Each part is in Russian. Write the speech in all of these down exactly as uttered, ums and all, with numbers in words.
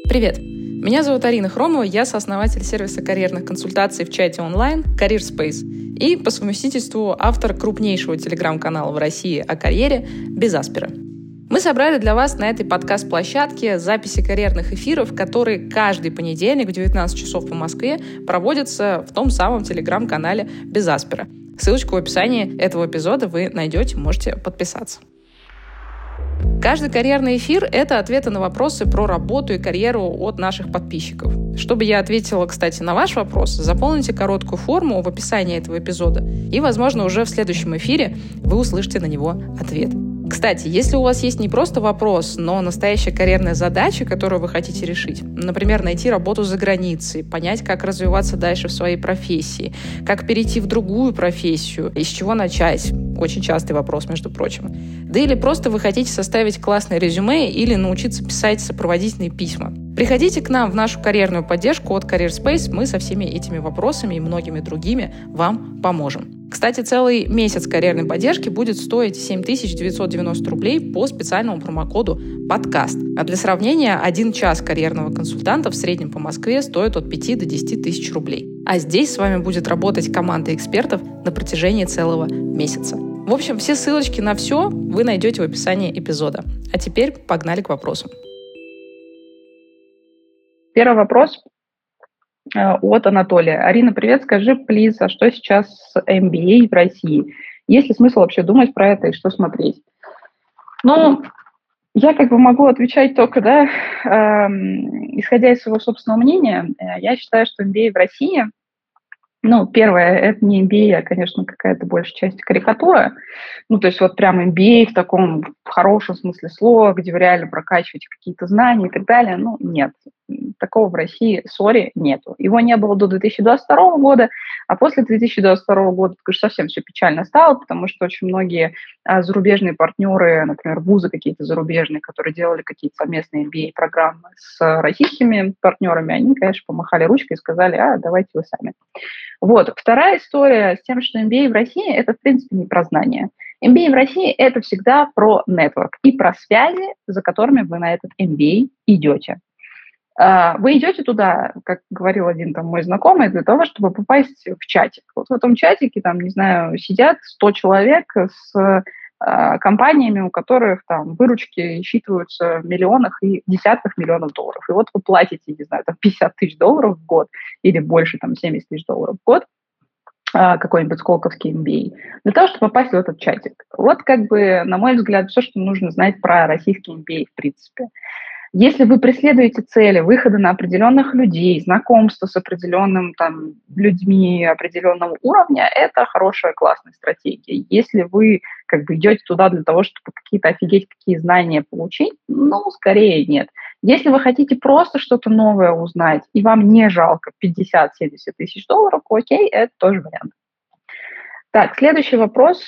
Привет! Меня зовут Арина Хромова, я сооснователь сервиса карьерных консультаций в чате онлайн CareerSpace и по совместительству автор крупнейшего телеграм-канала в России о карьере «Без Аспера». Мы собрали для вас на этой подкаст-площадке записи карьерных эфиров, которые каждый понедельник в девятнадцать часов по Москве проводятся в том самом телеграм-канале «Без Аспера». Ссылочку в описании этого эпизода вы найдете, можете подписаться. Каждый карьерный эфир — это ответы на вопросы про работу и карьеру от наших подписчиков. Чтобы я ответила, кстати, на ваш вопрос, заполните короткую форму в описании этого эпизода, и, возможно, уже в следующем эфире вы услышите на него ответ. Кстати, если у вас есть не просто вопрос, но настоящая карьерная задача, которую вы хотите решить, например, найти работу за границей, понять, как развиваться дальше в своей профессии, как перейти в другую профессию, из чего начать, очень частый вопрос, между прочим, да или просто вы хотите составить классное резюме или научиться писать сопроводительные письма, приходите к нам в нашу карьерную поддержку от CareerSpace, мы со всеми этими вопросами и многими другими вам поможем. Кстати, целый месяц карьерной поддержки будет стоить семь тысяч девятьсот девяносто рублей по специальному промокоду «Подкаст». А для сравнения, один час карьерного консультанта в среднем по Москве стоит от пяти до десяти тысяч рублей. А здесь с вами будет работать команда экспертов на протяжении целого месяца. В общем, все ссылочки на все вы найдете в описании эпизода. А теперь погнали к вопросам. Первый вопрос от Анатолия. Арина, привет, скажи, плиз, а что сейчас с эм би эй в России? Есть ли смысл вообще думать про это и что смотреть? Ну, я как бы могу отвечать только, да, э, исходя из своего собственного мнения. Я считаю, что эм би эй в России, ну, первое, это не эм би эй, а, конечно, какая-то большая часть карикатура. Ну, то есть вот прям эм би эй в таком в хорошем смысле слова, где вы реально прокачиваете какие-то знания и так далее. Ну, нет. Такого в России, сори, нету. Его не было до две тысячи двадцать второго года, а после две тысячи двадцать второго года, конечно, совсем все печально стало, потому что очень многие а, зарубежные партнеры, например, вузы какие-то зарубежные, которые делали какие-то совместные эм би эй-программы с российскими партнерами, они, конечно, помахали ручкой и сказали, а, давайте вы сами. Вот. Вторая история с тем, что эм би эй в России – это, в принципе, не про знания. эм би эй в России – это всегда про нетворк и про связи, за которыми вы на этот эм би эй идете. Вы идете туда, как говорил один там мой знакомый, для того, чтобы попасть в чатик. Вот в этом чатике, там, не знаю, сидят сто человек с э, компаниями, у которых там выручки считываются в миллионах и десятках миллионов долларов. И вот вы платите, не знаю, там пятьдесят тысяч долларов в год или больше, там семьдесят тысяч долларов в год, э, какой-нибудь сколковский эм би эй, для того, чтобы попасть в этот чатик. Вот как бы, на мой взгляд, все, что нужно знать про российский эм би эй в принципе. Если вы преследуете цели выхода на определенных людей, знакомства с определенными там, людьми определенного уровня, это хорошая, классная стратегия. Если вы как бы идете туда для того, чтобы какие-то офигеть какие знания получить, ну, скорее нет. Если вы хотите просто что-то новое узнать, и вам не жалко пятьдесят-семьдесят тысяч долларов, окей, это тоже вариант. Так, следующий вопрос.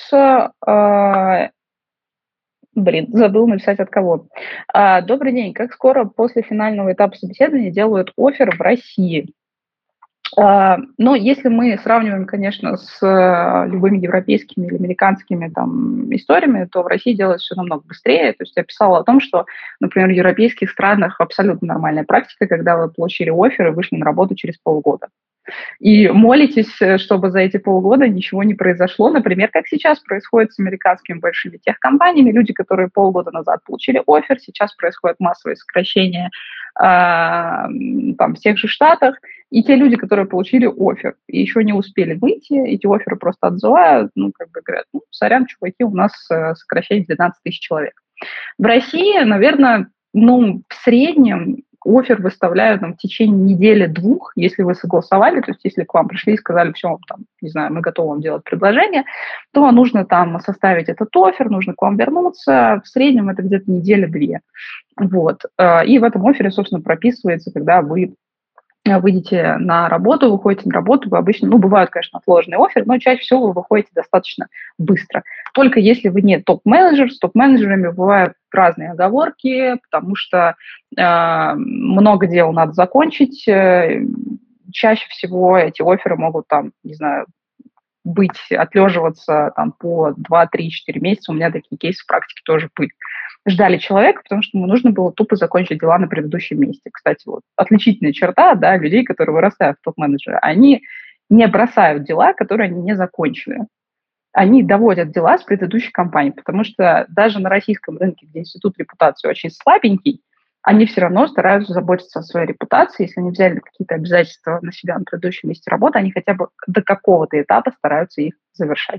Блин, забыл написать от кого. А, добрый день. Как скоро после финального этапа собеседования делают оффер в России? А, но если мы сравниваем, конечно, с а, любыми европейскими или американскими там, историями, то в России делается все намного быстрее. То есть я писала о том, что, например, в европейских странах абсолютно нормальная практика, когда вы получили оффер и вышли на работу через полгода. И молитесь, чтобы за эти полгода ничего не произошло. Например, как сейчас происходит с американскими большими техкомпаниями. Люди, которые полгода назад получили оффер, сейчас происходит массовое сокращение э, там, в тех же штатах. И те люди, которые получили оффер и еще не успели выйти, эти офферы просто отзывают, ну, как бы говорят, ну, сорян, чуваки, у нас сокращение двенадцать тысяч человек. В России, наверное, ну, в среднем оффер выставляют там, в течение недели-двух, если вы согласовали, то есть если к вам пришли и сказали, все, там, не знаю, мы готовы вам делать предложение, то нужно там составить этот оффер, нужно к вам вернуться, в среднем это где-то неделя-две. Вот. И в этом оффере, собственно, прописывается, когда вы выйдете на работу, выходите на работу, вы обычно, ну, бывают, конечно, отложенные офферы, но чаще всего вы выходите достаточно быстро. Только если вы не топ-менеджер, с топ-менеджерами бывают разные оговорки, потому что э, много дел надо закончить. Э, чаще всего эти офферы могут там, не знаю, быть, отлеживаться там по два, три, четыре месяца. У меня такие кейсы в практике тоже были. Ждали человека, потому что ему нужно было тупо закончить дела на предыдущем месте. Кстати, вот отличительная черта, да, людей, которые вырастают в топ-менеджеры, они не бросают дела, которые они не закончили. Они доводят дела с предыдущей компании, потому что даже на российском рынке, где институт репутации очень слабенький, они все равно стараются заботиться о своей репутации. Если они взяли какие-то обязательства на себя на предыдущем месте работы, они хотя бы до какого-то этапа стараются их завершать.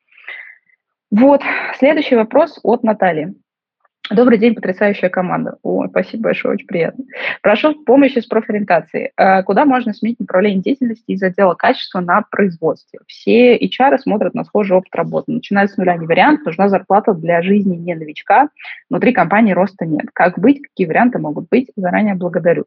Вот, следующий вопрос от Натальи. Добрый день, потрясающая команда. О, спасибо большое, очень приятно. Прошу помощи с профориентацией. А куда можно сменить направление деятельности из отдела качества на производстве? Все эйч ар смотрят на схожий опыт работы. Начиная с нуля не вариант, нужна зарплата для жизни не новичка. Внутри компании роста нет. Как быть? Какие варианты могут быть? Заранее благодарю.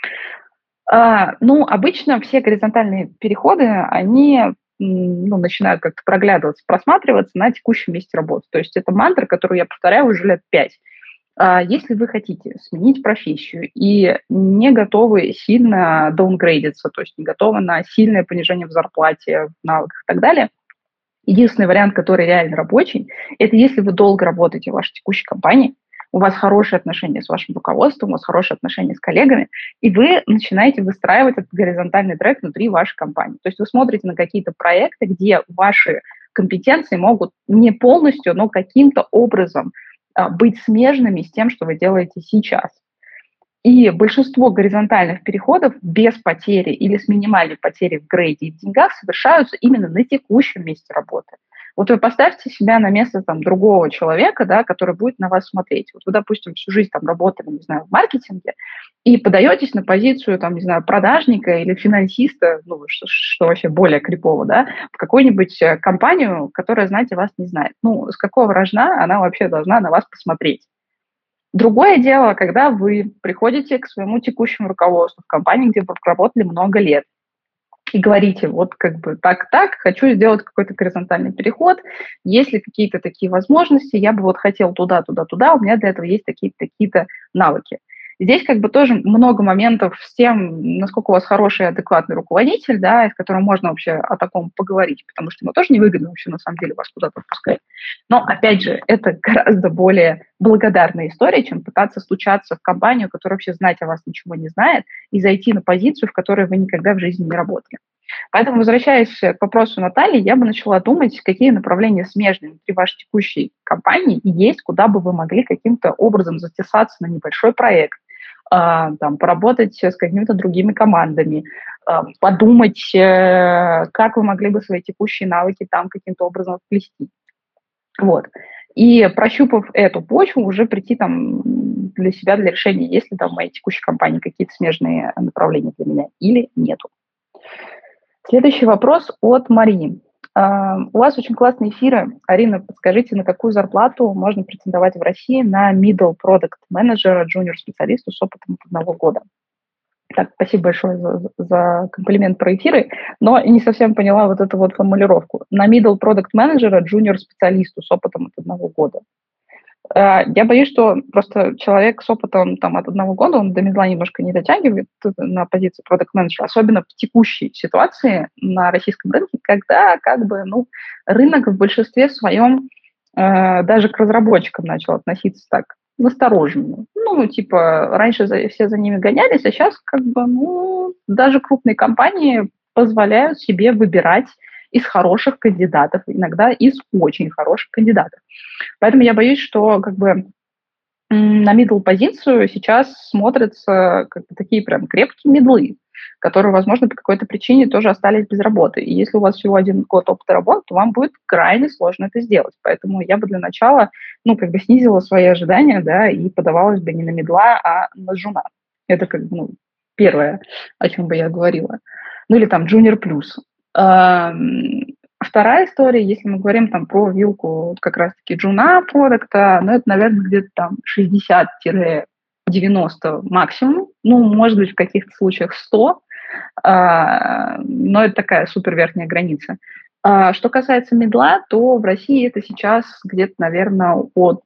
А, ну, обычно все горизонтальные переходы, они ну, начинают как-то проглядываться, просматриваться на текущем месте работы. То есть это мантра, которую я повторяю уже лет пять. А если вы хотите сменить профессию и не готовы сильно даунгрейдиться, то есть не готовы на сильное понижение в зарплате, в навыках и так далее, единственный вариант, который реально рабочий, это если вы долго работаете в вашей текущей компании, у вас хорошие отношения с вашим руководством, у вас хорошие отношения с коллегами, и вы начинаете выстраивать этот горизонтальный трек внутри вашей компании. То есть вы смотрите на какие-то проекты, где ваши компетенции могут не полностью, но каким-то образом а, быть смежными с тем, что вы делаете сейчас. И большинство горизонтальных переходов без потери или с минимальной потерей в грейде и в деньгах совершаются именно на текущем месте работы. Вот вы поставьте себя на место там, другого человека, да, который будет на вас смотреть. Вот вы, допустим, всю жизнь там работали, не знаю, в маркетинге и подаетесь на позицию, там, не знаю, продажника или финансиста, ну, что, что вообще более крипово, да, в какую-нибудь компанию, которая, знаете, вас не знает. Ну, с какого рожна она вообще должна на вас посмотреть? Другое дело, когда вы приходите к своему текущему руководству в компании, где вы проработали много лет, и говорите, вот как бы так-так, хочу сделать какой-то горизонтальный переход, есть ли какие-то такие возможности, я бы вот хотел туда, туда, туда, у меня для этого есть такие-то, такие-то навыки. Здесь как бы тоже много моментов с тем, насколько у вас хороший и адекватный руководитель, да, с которым можно вообще о таком поговорить, потому что ему тоже невыгодно вообще на самом деле вас куда-то отпускать. Но, опять же, это гораздо более благодарная история, чем пытаться стучаться в компанию, которая вообще знать о вас ничего не знает, и зайти на позицию, в которой вы никогда в жизни не работали. Поэтому, возвращаясь к вопросу Натальи, я бы начала думать, какие направления смежные внутри вашей текущей компании есть, куда бы вы могли каким-то образом затесаться на небольшой проект, там, поработать с какими-то другими командами, подумать, как вы могли бы свои текущие навыки там каким-то образом вплести. Вот. И прощупав эту почву, уже прийти там для себя, для решения, есть ли там в моей текущей компании какие-то смежные направления для меня или нету. Следующий вопрос от Марии. Uh, у вас очень классные эфиры. Арина, подскажите, на какую зарплату можно претендовать в России на middle product manager, junior-специалисту с опытом одного года? Так, спасибо большое за, за комплимент про эфиры, но не совсем поняла вот эту вот формулировку. На middle product manager, junior-специалисту с опытом от одного года. Uh, я боюсь, что просто человек с опытом там, от одного года, он до мидла немножко не дотягивает на позицию продакт-менеджера, особенно в текущей ситуации на российском рынке, когда как бы, ну, рынок в большинстве своем uh, даже к разработчикам начал относиться так настороженно. Ну, типа, раньше за, все за ними гонялись, а сейчас как бы, ну, даже крупные компании позволяют себе выбирать из хороших кандидатов, иногда из очень хороших кандидатов. Поэтому я боюсь, что как бы на middle позицию сейчас смотрятся как бы такие прям крепкие мидлы, которые, возможно, по какой-то причине тоже остались без работы. И если у вас всего один год опыта работы, то вам будет крайне сложно это сделать. Поэтому я бы для начала, ну, как бы снизила свои ожидания, да, и подавалась бы не на мидла, а на джуна. Это как бы, ну, первое, о чем бы я говорила. Ну, или там junior плюс. Вторая история, если мы говорим там про вилку как раз-таки джуна продукта, ну, это, наверное, где-то там шестьдесят-девяносто максимум, ну, может быть, в каких-то случаях сто, а, но это такая супер верхняя граница. А, что касается мидла, то в России это сейчас где-то, наверное, от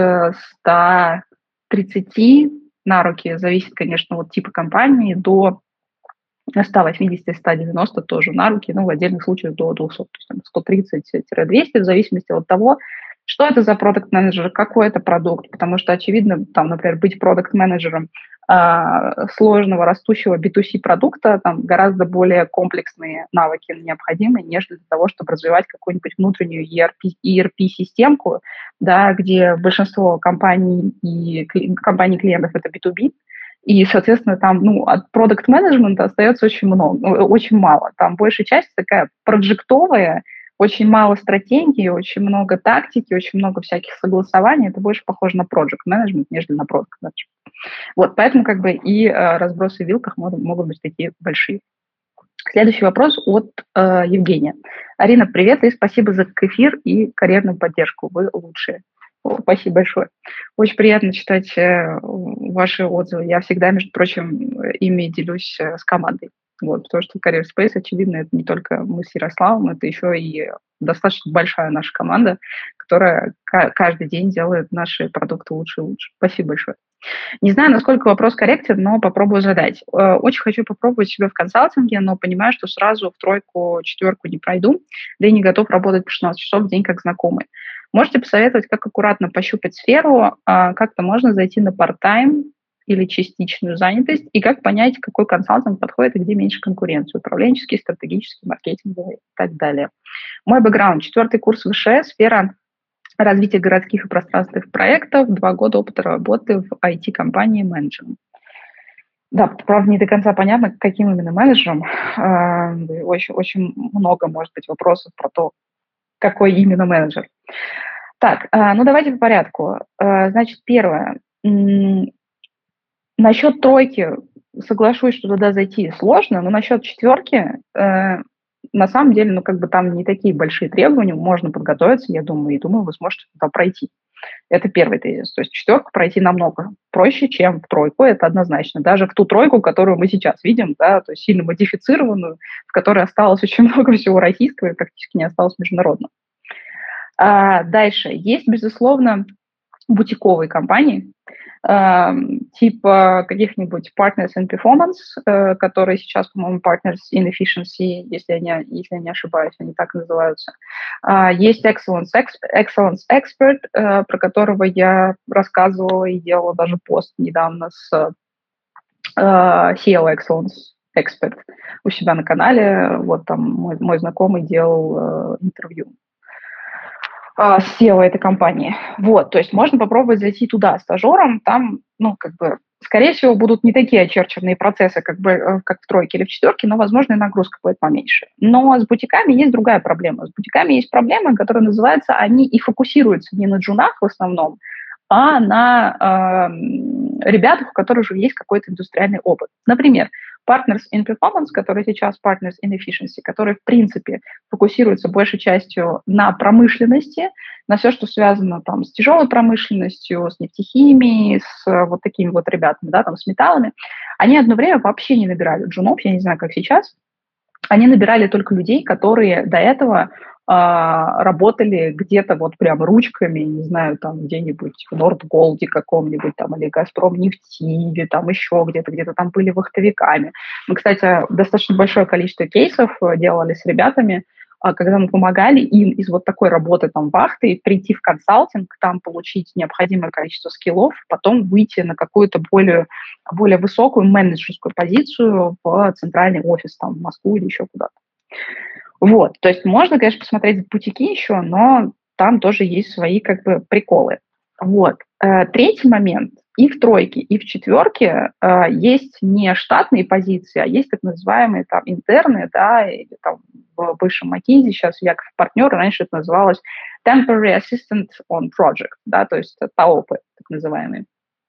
ста тридцати на руки, зависит, конечно, от типа компании, до ста восьмидесяти - ста девяноста тоже на руки, ну, в отдельных случаях до двухсот, то есть там сто тридцать - двести, в зависимости от того, что это за продакт-менеджер, какой это продукт, потому что, очевидно, там, например, быть продакт-менеджером а, сложного растущего би ту си продукта, там гораздо более комплексные навыки необходимы, нежели для того, чтобы развивать какую-нибудь внутреннюю и ар пи, и ар пи-системку, да, где большинство компаний и кли- компаний клиентов это би ту би, и, соответственно, там, ну, от продакт-менеджмента остается очень много, ну, очень мало. Там большая часть такая проджектовая, очень мало стратегии, очень много тактики, очень много всяких согласований. Это больше похоже на project management, нежели на product management. Вот, поэтому как бы и э, разбросы в вилках могут, могут быть такие большие. Следующий вопрос от э, Евгения. Арина, привет и спасибо за эфир и карьерную поддержку. Вы лучшие. О, спасибо большое. Очень приятно читать э, ваши отзывы. Я всегда, между прочим, ими делюсь э, с командой. Вот, потому что Career Space, очевидно, это не только мы с Ярославом, это еще и достаточно большая наша команда, которая к- каждый день делает наши продукты лучше и лучше. Спасибо большое. Не знаю, насколько вопрос корректен, но попробую задать. Э, Очень хочу попробовать себя в консалтинге, но понимаю, что сразу в тройку, четверку не пройду, да и не готов работать по шестнадцать часов в день как знакомый. Можете посоветовать, как аккуратно пощупать сферу, а, как-то можно зайти на part-time или частичную занятость, и как понять, какой консалтинг подходит и где меньше конкуренции, управленческий, стратегический, маркетинговый и так далее. Мой бэкграунд – четвертый курс ВШЭ, сфера развития городских и пространственных проектов, два года опыта работы в ай ти-компании менеджером. Да, правда, не до конца понятно, каким именно менеджером. А, Очень, очень много, может быть, вопросов про то, какой именно менеджер. Так, а, ну давайте по порядку. А, Значит, первое. М, Насчет тройки соглашусь, что туда зайти сложно, но насчет четверки, э, на самом деле, ну, как бы там не такие большие требования, можно подготовиться, я думаю, и думаю, вы сможете туда пройти. Это первый тезис. То есть четверку пройти намного проще, чем в тройку, это однозначно. Даже в ту тройку, которую мы сейчас видим, да, то есть сильно модифицированную, в которой осталось очень много всего российского и практически не осталось международного. А дальше. Есть, безусловно, бутиковые компании, э, типа каких-нибудь Partners in Performance, э, которые сейчас, по-моему, Partners in Efficiency, если я не, если я не ошибаюсь, они так называются. А, есть Excellence, Excellence Expert, э, про которого я рассказывала и делала даже пост недавно с э, си и о Excellence Expert у себя на канале. Вот там мой, мой знакомый делал э, интервью а, с си и о этой компании. Вот, то есть можно попробовать зайти туда стажером, там, ну, как бы, скорее всего, будут не такие очерченные процессы, как бы, э, как в тройке или в четверке, но, возможно, и нагрузка будет поменьше. Но с бутиками есть другая проблема. С бутиками есть проблема, которая называется, они и фокусируются не на джунах в основном, а на э, ребятах, у которых уже есть какой-то индустриальный опыт. Например, Partners in Performance, который сейчас Partners in Efficiency, который, в принципе, фокусируется большей частью на промышленности, на все, что связано там с тяжелой промышленностью, с нефтехимией, с э, вот такими вот ребятами, да, там, с металлами, они одно время вообще не набирали джунов, я не знаю, как сейчас, они набирали только людей, которые до этого а, работали где-то вот прям ручками, не знаю, там где-нибудь в Нордголде каком-нибудь там или Газпром нефти, там еще где-то, где-то там были вахтовиками. Мы, кстати, достаточно большое количество кейсов э, делали с ребятами, а, когда мы помогали им из вот такой работы там вахты прийти в консалтинг, там получить необходимое количество скиллов, потом выйти на какую-то более, более высокую менеджерскую позицию в центральный офис, там, в Москву или еще куда-то. Вот, то есть можно, конечно, посмотреть бутики еще, но там тоже есть свои как бы приколы. Вот. Э, Третий момент. И в тройке, и в четверке э, есть не штатные позиции, а есть так называемые там интерны, да, или там в бывшем Макинзи, сейчас Яков партнер, раньше это называлось Temporary Assistant on Project, да, то есть ТАОПы, так называемые.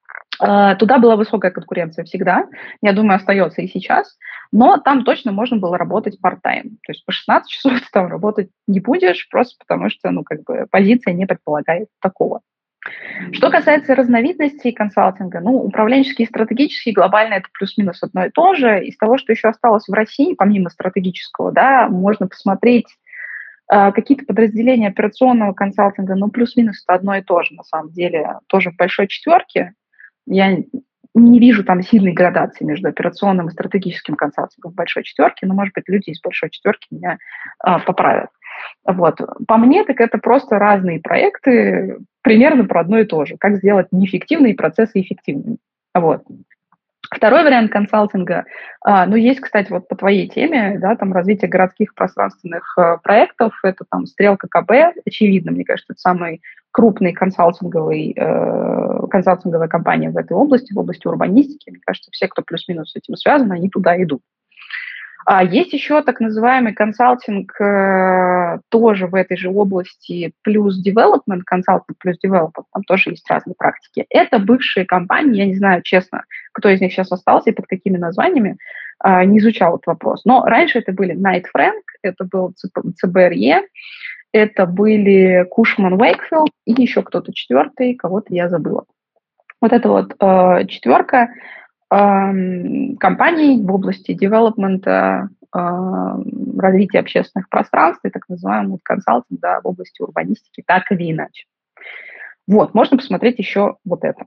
Э, Туда была высокая конкуренция всегда, я думаю, остается и сейчас, но там точно можно было работать part-time, то есть по шестнадцать часов ты там работать не будешь, просто потому что, ну, как бы позиция не предполагает такого. Что касается разновидностей консалтинга, ну, управленческий и стратегический, глобально это плюс-минус одно и то же. Из того, что еще осталось в России, помимо стратегического, да, можно посмотреть э, какие-то подразделения операционного консалтинга, ну, плюс-минус это одно и то же, на самом деле, тоже в большой четверке. Я не вижу там сильной градации между операционным и стратегическим консалтингом в большой четверке, но, может быть, люди из большой четверки меня а, поправят. Вот. По мне, так это просто разные проекты, примерно про одно и то же. Как сделать неэффективные процессы эффективными. Вот. Второй вариант консалтинга, а, ну, есть, кстати, вот по твоей теме, да, там развитие городских пространственных а, проектов, это там Стрелка КБ, очевидно, мне кажется, это самый крупный консалтинговый, э, консалтинговая компания в этой области, в области урбанистики. Мне кажется, все, кто плюс-минус с этим связан, они туда идут. А есть еще так называемый консалтинг э, тоже в этой же области, плюс development, консалтинг плюс development, там тоже есть разные практики. Это бывшие компании, я не знаю, честно, кто из них сейчас остался и под какими названиями, э, не изучал этот вопрос. Но раньше это были Knight Frank, это был си би эр и, это были Cushman Wakefield и еще кто-то четвертый, кого-то я забыла. Вот это вот э, четверка компаний в области девелопмента, развития общественных пространств и так называемый консалтинг, да, в области урбанистики, так или иначе. Вот, можно посмотреть еще вот это.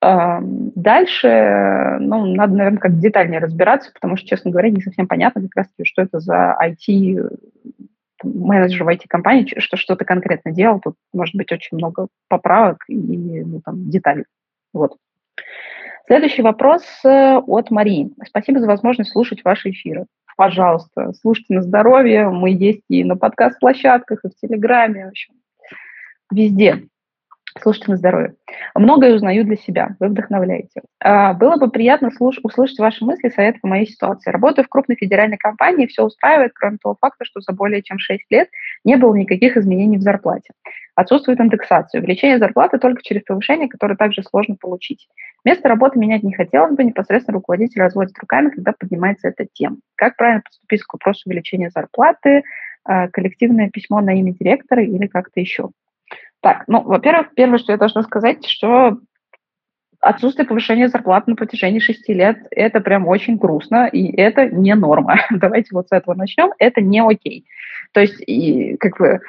Дальше, ну, надо, наверное, как детальнее разбираться, потому что, честно говоря, не совсем понятно как раз-таки, что это за ай ти, менеджер в ай ти-компании, что что-то конкретно делал. Тут может быть очень много поправок и, ну, там, деталей. Вот. Следующий вопрос от Марии. Спасибо за возможность слушать ваши эфиры. Пожалуйста, слушайте на здоровье. Мы есть и на подкаст-площадках, и в Телеграме, в общем, везде. Слушайте на здоровье. Многое узнаю для себя. Вы вдохновляете. Было бы приятно слуш- услышать ваши мысли, советы по моей ситуации. Работаю в крупной федеральной компании, все устраивает, кроме того факта, что за более чем шесть лет не было никаких изменений в зарплате. Отсутствует индексация. Увеличение зарплаты только через повышение, которое также сложно получить. Место работы менять не хотелось бы, непосредственно руководитель разводит руками, когда поднимается эта тема. Как правильно подступить к вопросу увеличения зарплаты, коллективное письмо на имя директора или как-то еще? Так, ну, во-первых, первое, что я должна сказать, что отсутствие повышения зарплат на протяжении шести лет – это прям очень грустно, и это не норма. Давайте вот с этого начнем. Это не окей. То есть, и, как бы,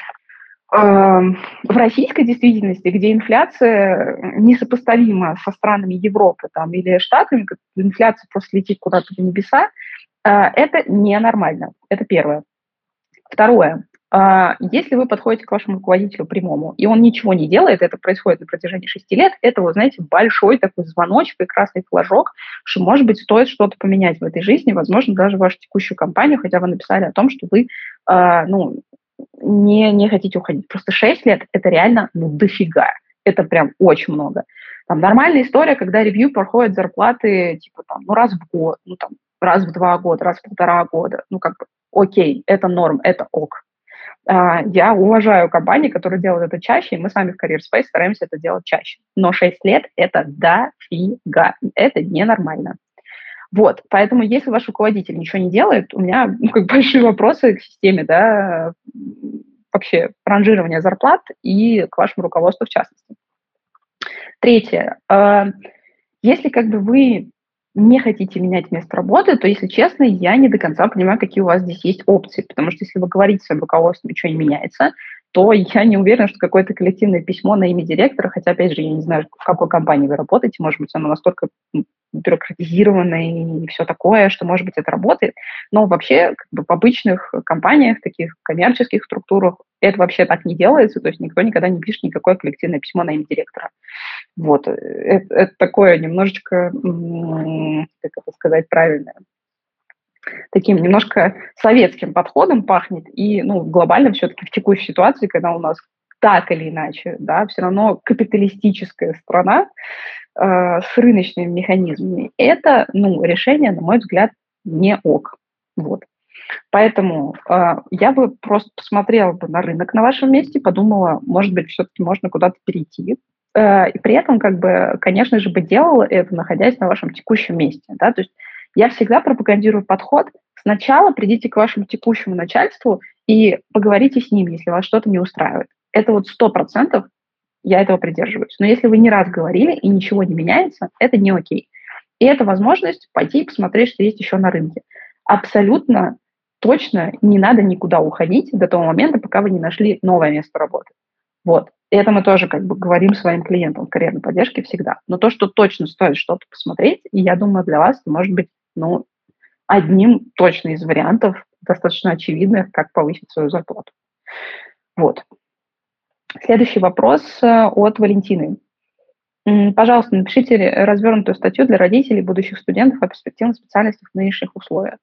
в российской действительности, где инфляция несопоставима со странами Европы там, или Штатами, как инфляция просто летит куда-то в небеса, это ненормально. Это первое. Второе. Если вы подходите к вашему руководителю прямому, и он ничего не делает, это происходит на протяжении шести лет, это, вы знаете, большой такой звоночек и красный флажок, что, может быть, стоит что-то поменять в этой жизни, возможно, даже вашу текущую компанию, хотя вы написали о том, что вы, ну, не, не хотите уходить. Просто шесть лет – это реально, ну, дофига. Это прям очень много. Там нормальная история, когда ревью проходят зарплаты, типа, там, ну, раз в год, ну, там, раз в два года, раз в полтора года. Ну, как бы, окей, это норм, это ок. Я уважаю компании, которые делают это чаще, и мы сами в CareerSpace стараемся это делать чаще. Но шесть лет – это дофига. Это ненормально. Вот, поэтому если ваш руководитель ничего не делает, у меня, ну, как большие вопросы к системе, да, вообще ранжирования зарплат и к вашему руководству в частности. Третье. Если как бы вы не хотите менять место работы, то, если честно, я не до конца понимаю, какие у вас здесь есть опции, потому что если вы говорите своим руководством, ничего не меняется, то я не уверена, что какое-то коллективное письмо на имя директора, хотя, опять же, я не знаю, в какой компании вы работаете, может быть, оно настолько бюрократизированное и все такое, что, может быть, это работает, но вообще как бы в обычных компаниях, таких коммерческих структурах это вообще так не делается, то есть никто никогда не пишет никакое коллективное письмо на имя директора. Вот, это, это такое немножечко, как это сказать правильно, таким немножко советским подходом пахнет, и, ну, глобально все-таки в текущей ситуации, когда у нас так или иначе, да, все равно капиталистическая страна э, с рыночными механизмами, это, ну, решение, на мой взгляд, не ок. Вот. Поэтому э, я бы просто посмотрела бы на рынок на вашем месте, подумала, может быть, все-таки можно куда-то перейти. Э, и при этом, как бы, конечно же, бы делала это, находясь на вашем текущем месте. Да? То есть я всегда пропагандирую подход. Сначала придите к вашему текущему начальству и поговорите с ним, если вас что-то не устраивает. Это вот сто процентов я этого придерживаюсь. Но если вы не раз говорили и ничего не меняется, это не окей. И это возможность пойти и посмотреть, что есть еще на рынке. Абсолютно точно не надо никуда уходить до того момента, пока вы не нашли новое место работы. Вот. это мы тоже как бы говорим своим клиентам в карьерной поддержке всегда. Но то, что точно стоит что-то посмотреть, и я думаю, для вас это может быть, ну, одним точно из вариантов, достаточно очевидных, как повысить свою зарплату. Вот. Следующий вопрос от Валентины. Пожалуйста, напишите развернутую статью для родителей будущих студентов о перспективных специальностях в нынешних условиях.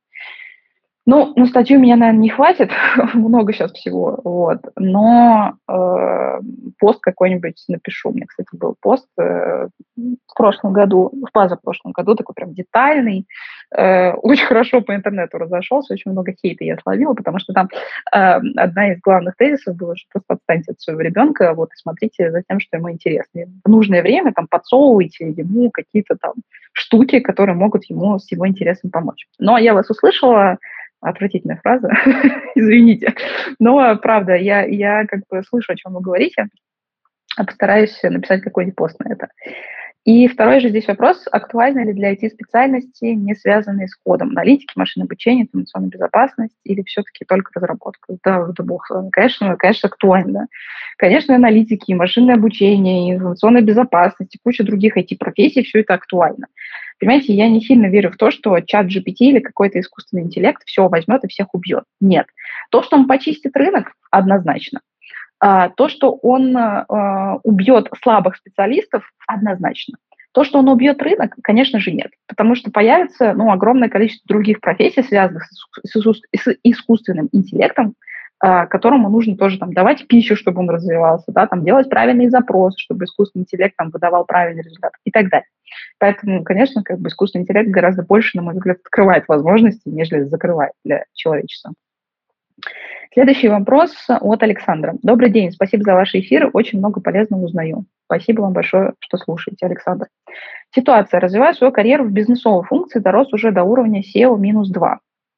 Ну, на статью меня, наверное, не хватит, много сейчас всего, вот, но э, пост какой-нибудь напишу. У меня, кстати, был пост э, в прошлом году, в позапрошлом году, такой прям детальный, э, очень хорошо по интернету разошелся, очень много хейта я словила, потому что там э, одна из главных тезисов была, что просто отстаньте от своего ребенка, вот, и смотрите за тем, что ему интересно. И в нужное время там подсовывайте ему какие-то там штуки, которые могут ему с его интересом помочь. Но я вас услышала. Отвратительная фраза, извините. Но, правда, я, я как бы слышу, о чем вы говорите, а постараюсь написать какой-нибудь пост на это. И второй же здесь вопрос, актуальны ли для ай ти-специальности, не связанные с кодом, аналитики, машинное обучение, информационная безопасность или все-таки только разработка? Да, да бог с вами. Конечно, конечно, актуально. Конечно, аналитики, машинное обучение, информационная безопасность и куча других ай ти-профессий, все это актуально. Понимаете, я не сильно верю в то, что чат джи пи ти или какой-то искусственный интеллект все возьмет и всех убьет. Нет. То, что он почистит рынок, однозначно. А, то, что он а, убьет слабых специалистов, однозначно. То, что он убьет рынок, конечно же, нет. Потому что появится ну, огромное количество других профессий, связанных с, с, с искусственным интеллектом, а, которому нужно тоже там, давать пищу, чтобы он развивался, да, там, делать правильные запросы, чтобы искусственный интеллект там, выдавал правильный результат и так далее. Поэтому, конечно, как бы искусственный интеллект гораздо больше, на мой взгляд, открывает возможности, нежели закрывает для человечества. Следующий вопрос от Александра. Добрый день, спасибо за ваши эфиры, очень много полезного узнаю. Спасибо вам большое, что слушаете, Александр. Ситуация. Развиваю свою карьеру в бизнесовой функции, дорос уже до уровня сео минус два.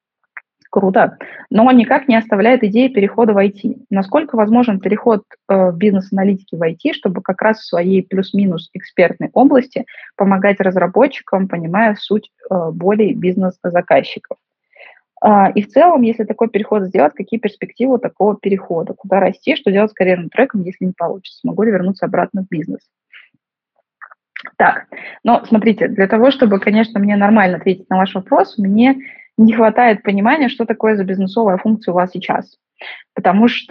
Круто, но никак не оставляет идеи перехода в ай ти. Насколько возможен переход э, в бизнес-аналитики в ай ти, чтобы как раз в своей плюс-минус экспертной области помогать разработчикам, понимая суть э, болей бизнес-заказчиков? Uh, и в целом, если такой переход сделать, какие перспективы такого перехода? Куда расти, что делать с карьерным треком, если не получится? Могу ли вернуться обратно в бизнес? Так, но смотрите, для того, чтобы, конечно, мне нормально ответить на ваш вопрос, мне не хватает понимания, что такое за бизнесовая функция у вас сейчас. Потому что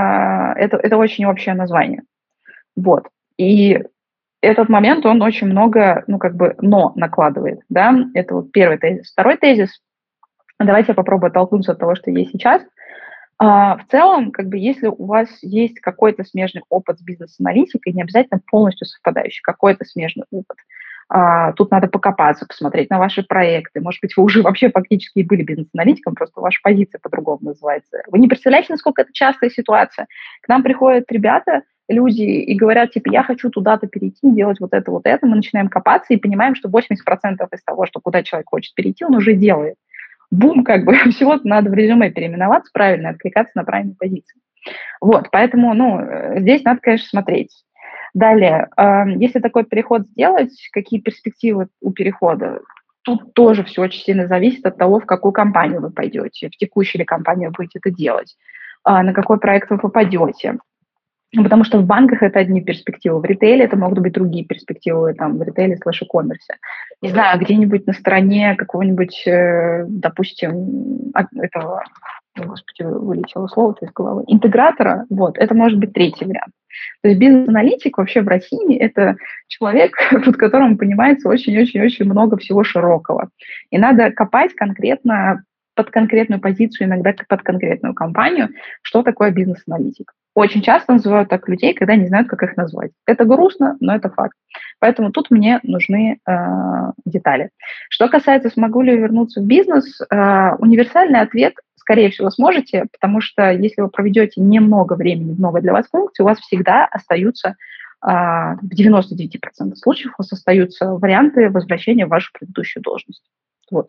это, это очень общее название. Вот. И этот момент, он очень много, ну, как бы, но накладывает, да? Это вот первый тезис. Второй тезис. Давайте я попробую оттолкнуться от того, что есть сейчас. А, в целом, как бы, если у вас есть какой-то смежный опыт с бизнес-аналитикой, не обязательно полностью совпадающий, какой-то смежный опыт, а, тут надо покопаться, посмотреть на ваши проекты. Может быть, вы уже вообще фактически и были бизнес-аналитиком, просто ваша позиция по-другому называется. Вы не представляете, насколько это частая ситуация. К нам приходят ребята, люди, и говорят, типа, я хочу туда-то перейти, делать вот это, вот это. Мы начинаем копаться и понимаем, что восемьдесят процентов из того, что куда человек хочет перейти, он уже делает. Бум, как бы, всего-то надо в резюме переименоваться правильно, откликаться на правильные позиции. Вот, поэтому, ну, здесь надо, конечно, смотреть. Далее, э, если такой переход сделать, какие перспективы у перехода? Тут тоже все очень сильно зависит от того, в какую компанию вы пойдете, в текущей ли компании вы будете это делать, э, на какой проект вы попадете. Потому что в банках это одни перспективы, в ритейле это могут быть другие перспективы, там, в ритейле слэш e-commerce. Не знаю, где-нибудь на стороне какого-нибудь, э, допустим, этого, господи, вылетело слово из головы, интегратора, вот, это может быть третий вариант. То есть бизнес-аналитик вообще в России – это человек, под которым понимается очень-очень-очень много всего широкого. И надо копать конкретно под конкретную позицию, иногда под конкретную компанию, что такое бизнес-аналитик. Очень часто называют так людей, когда не знают, как их назвать. Это грустно, но это факт. Поэтому тут мне нужны э, детали. Что касается, смогу ли вернуться в бизнес, э, универсальный ответ, скорее всего, сможете, потому что если вы проведете немного времени в новой для вас функции, у вас всегда остаются, э, в девяноста девяти процентах случаев у вас остаются варианты возвращения в вашу предыдущую должность. Вот.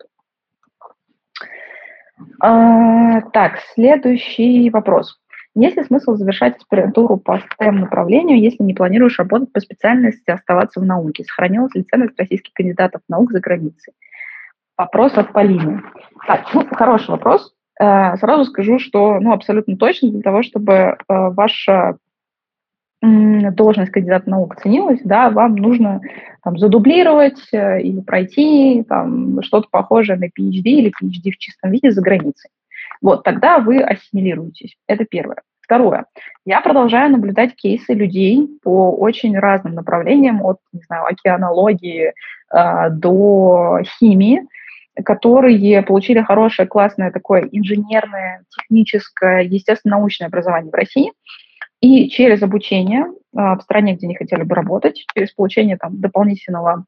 Э, так, следующий вопрос. Есть ли смысл завершать аспирантуру по стэм-направлению, если не планируешь работать по специальности, оставаться в науке? Сохранилась ли ценность российских кандидатов наук за границей? Вопрос от Полины. Так, ну, хороший вопрос. Э, сразу скажу, что ну, абсолютно точно для того, чтобы э, ваша должность кандидата наук ценилась, да, вам нужно там, задублировать э, или пройти там, что-то похожее на PhD или PhD в чистом виде за границей. Вот, тогда вы ассимилируетесь. Это первое. Второе. Я продолжаю наблюдать кейсы людей по очень разным направлениям, от, не знаю, океанологии э, до химии, которые получили хорошее, классное такое инженерное, техническое, естественно-научное образование в России, и через обучение а, в стране, где они хотели бы работать, через получение там, дополнительного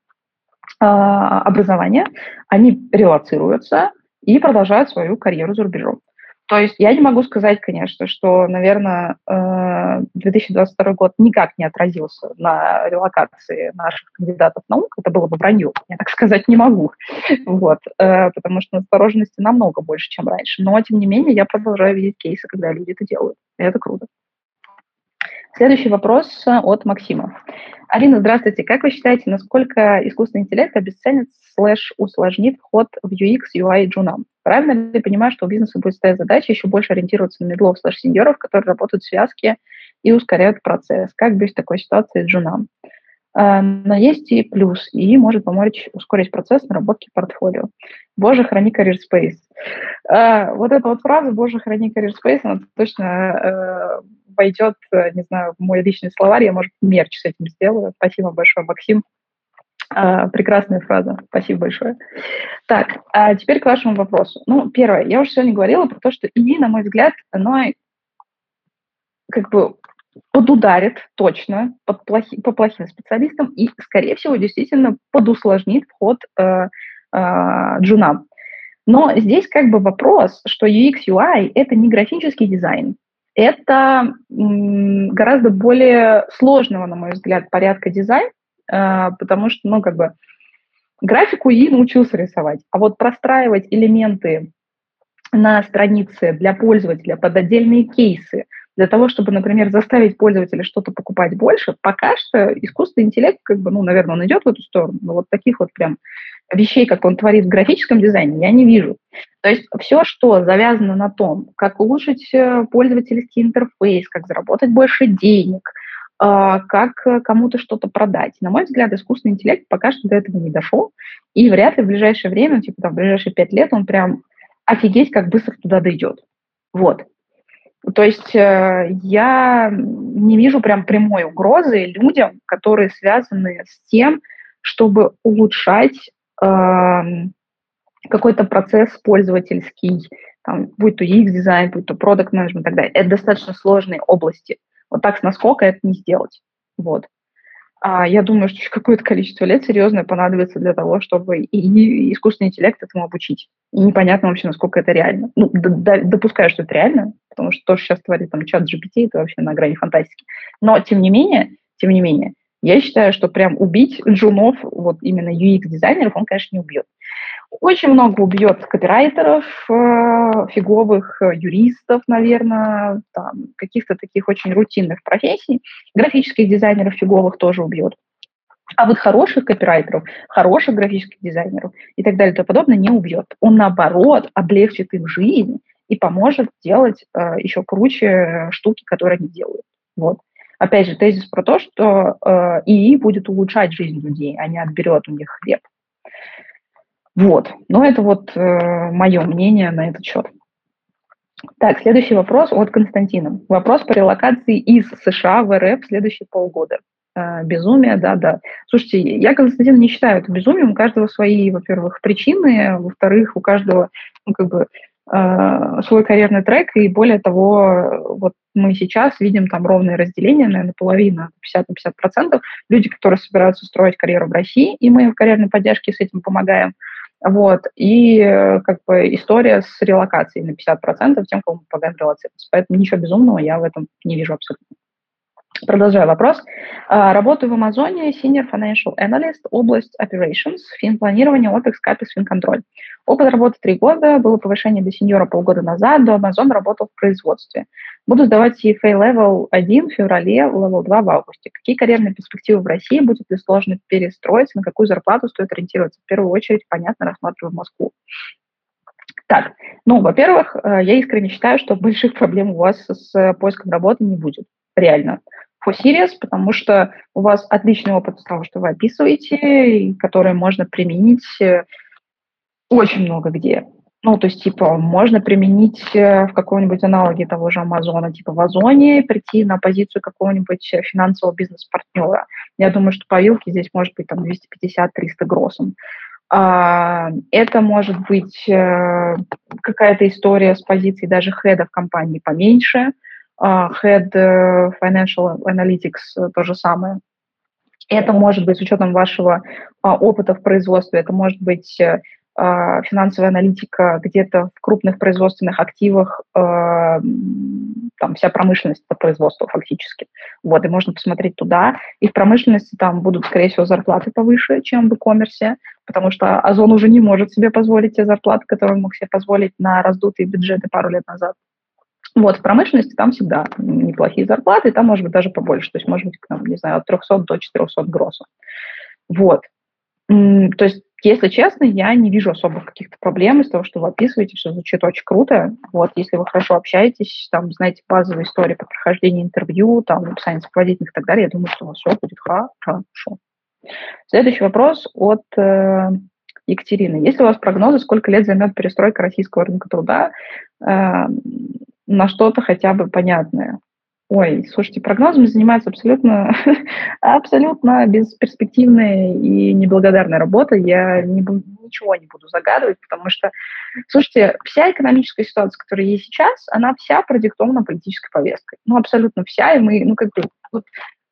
а, образования, они релоцируются и продолжают свою карьеру за рубежом. То есть я не могу сказать, конечно, что, наверное, две тысячи двадцать второй год никак не отразился на релокации наших кандидатов наук. Это было бы вранье. Я так сказать не могу. Вот. Потому что настороженности намного больше, чем раньше. Но, тем не менее, я продолжаю видеть кейсы, когда люди это делают. И это круто. Следующий вопрос от Максима. Арина, здравствуйте. Как вы считаете, насколько искусственный интеллект обесценит слэш усложнит вход в ю экс, ю ай джунам? Правильно ли понимаю, что у бизнеса будет стоять задача еще больше ориентироваться на медлов слэш сеньоров, которые работают в связке и ускоряют процесс? Как быть в такой ситуации с джунам? Но есть и плюс, и может помочь ускорить процесс наработки портфолио. Боже, храни Career Space. Вот эта вот фраза «Боже, храни Career Space», она точно войдет, не знаю, в мой личный словарь, я, может, мерч с этим сделаю. Спасибо большое, Максим. Прекрасная фраза. Спасибо большое. Так, а теперь к вашему вопросу. Ну, первое, я уже сегодня говорила про то, что ИИ, на мой взгляд, оно как бы подударит точно под плохи, по плохим специалистам и, скорее всего, действительно подусложнит вход э, э, джунам. Но здесь как бы вопрос, что ю экс, ю ай – это не графический дизайн, это м, гораздо более сложного, на мой взгляд, порядка дизайн, э, потому что, ну, как бы, графику ИИ научился рисовать, а вот простраивать элементы на странице для пользователя под отдельные кейсы, для того, чтобы, например, заставить пользователя что-то покупать больше, пока что искусственный интеллект, как бы, ну, наверное, он идет в эту сторону, но вот таких вот прям вещей, как он творит в графическом дизайне, я не вижу. То есть все, что завязано на том, как улучшить пользовательский интерфейс, как заработать больше денег, как кому-то что-то продать. На мой взгляд, искусственный интеллект пока что до этого не дошел, и вряд ли в ближайшее время, типа там, в ближайшие пять лет он прям офигеть, как быстро туда дойдет. Вот. То есть э, я не вижу прям прямой угрозы людям, которые связаны с тем, чтобы улучшать э, какой-то процесс пользовательский, там, будь то ю экс-дизайн, будь то продакт-менеджмент и так далее. Это достаточно сложные области. Вот так с наскока это не сделать. Вот. А я думаю, что еще какое-то количество лет серьезное понадобится для того, чтобы и, и искусственный интеллект этому обучить. И непонятно вообще, насколько это реально. Ну, допускаю, что это реально, потому что то, что сейчас творит там чат джи пи ти, это вообще на грани фантастики. Но, тем не менее, тем не менее, я считаю, что прям убить джунов, вот именно ю экс-дизайнеров, он, конечно, не убьет. Очень много убьет копирайтеров, фиговых юристов, наверное, там, каких-то таких очень рутинных профессий. Графических дизайнеров фиговых тоже убьет. А вот хороших копирайтеров, хороших графических дизайнеров и так далее и тому подобное не убьет. Он, наоборот, облегчит им жизнь и поможет делать э, еще круче штуки, которые они делают. Вот. Опять же, тезис про то, что э, ИИ будет улучшать жизнь людей, а не отберет у них хлеб. Вот. Но это вот э, мое мнение на этот счет. Так, следующий вопрос от Константина. Вопрос по релокации из США в эр эф в следующие полгода. Э, безумие, да-да. Слушайте, я, Константин, не считаю это безумием. У каждого свои, во-первых, причины, во-вторых, у каждого, ну, как бы, э, свой карьерный трек, и более того, вот мы сейчас видим там ровное разделение, наверное, половина, пятьдесят на пятьдесят процентов. Люди, которые собираются строить карьеру в России, и мы в карьерной поддержке с этим помогаем. Вот, и как бы история с релокацией на пятьдесят процентов тем, кому мы помогаем релоцироваться. Поэтому ничего безумного я в этом не вижу абсолютно. Продолжаю вопрос. Работаю в Амазоне, Senior Financial Analyst, область Operations, финпланирование, OPEX, CAPEX, финконтроль. Опыт работы три года, было повышение до сеньора полгода назад, до Amazon работал в производстве. Буду сдавать си эф эй Level один в феврале, Level два в августе. Какие карьерные перспективы в России? Будет ли сложно перестроиться? На какую зарплату стоит ориентироваться? В первую очередь, понятно, рассматриваю Москву. Так, ну, во-первых, я искренне считаю, что больших проблем у вас с поиском работы не будет. Реально. for serious, потому что у вас отличный опыт с того, что вы описываете, и который можно применить э, очень много где. Ну, то есть, типа, можно применить э, в каком-нибудь аналоге того же Амазона, типа в Озоне, прийти на позицию какого-нибудь э, финансового бизнес-партнера. Я думаю, что по вилке здесь может быть там двести пятьдесят триста гроссом. А, Это может быть э, какая-то история с позиции даже хеда в компании поменьше, а, head э, Financial Analytics э, то же самое. Это может быть с учетом вашего а, опыта в производстве, это может быть э, а, финансовая аналитика где-то в крупных производственных активах, э, м, там вся промышленность это производство фактически. Вот, и можно посмотреть туда. И в промышленности там будут, скорее всего, зарплаты повыше, чем в e-commerce, потому что Озон уже не может себе позволить те зарплаты, которые он мог себе позволить на раздутые бюджеты пару лет назад. Вот, в промышленности там всегда неплохие зарплаты, там может быть даже побольше, то есть может быть, там, не знаю, от трехсот до четырехсот гроссов. Вот. М, То есть, если честно, я не вижу особых каких-то проблем из того, что вы описываете, все звучит очень круто. Вот, если вы хорошо общаетесь, там, знаете, базовые истории по прохождению интервью, там, написание сопроводительных и так далее, я думаю, что у вас все будет хорошо. Следующий вопрос от э, Екатерины. Есть ли у вас прогнозы, сколько лет займет перестройка российского рынка труда э, на что-то хотя бы понятное? Ой, слушайте, прогнозами занимается абсолютно, абсолютно бесперспективная и неблагодарная работа. Я не бу- ничего не буду загадывать, потому что, слушайте, вся экономическая ситуация, которая есть сейчас, она вся продиктована политической повесткой. Ну, абсолютно вся, и мы, ну, как бы, вот,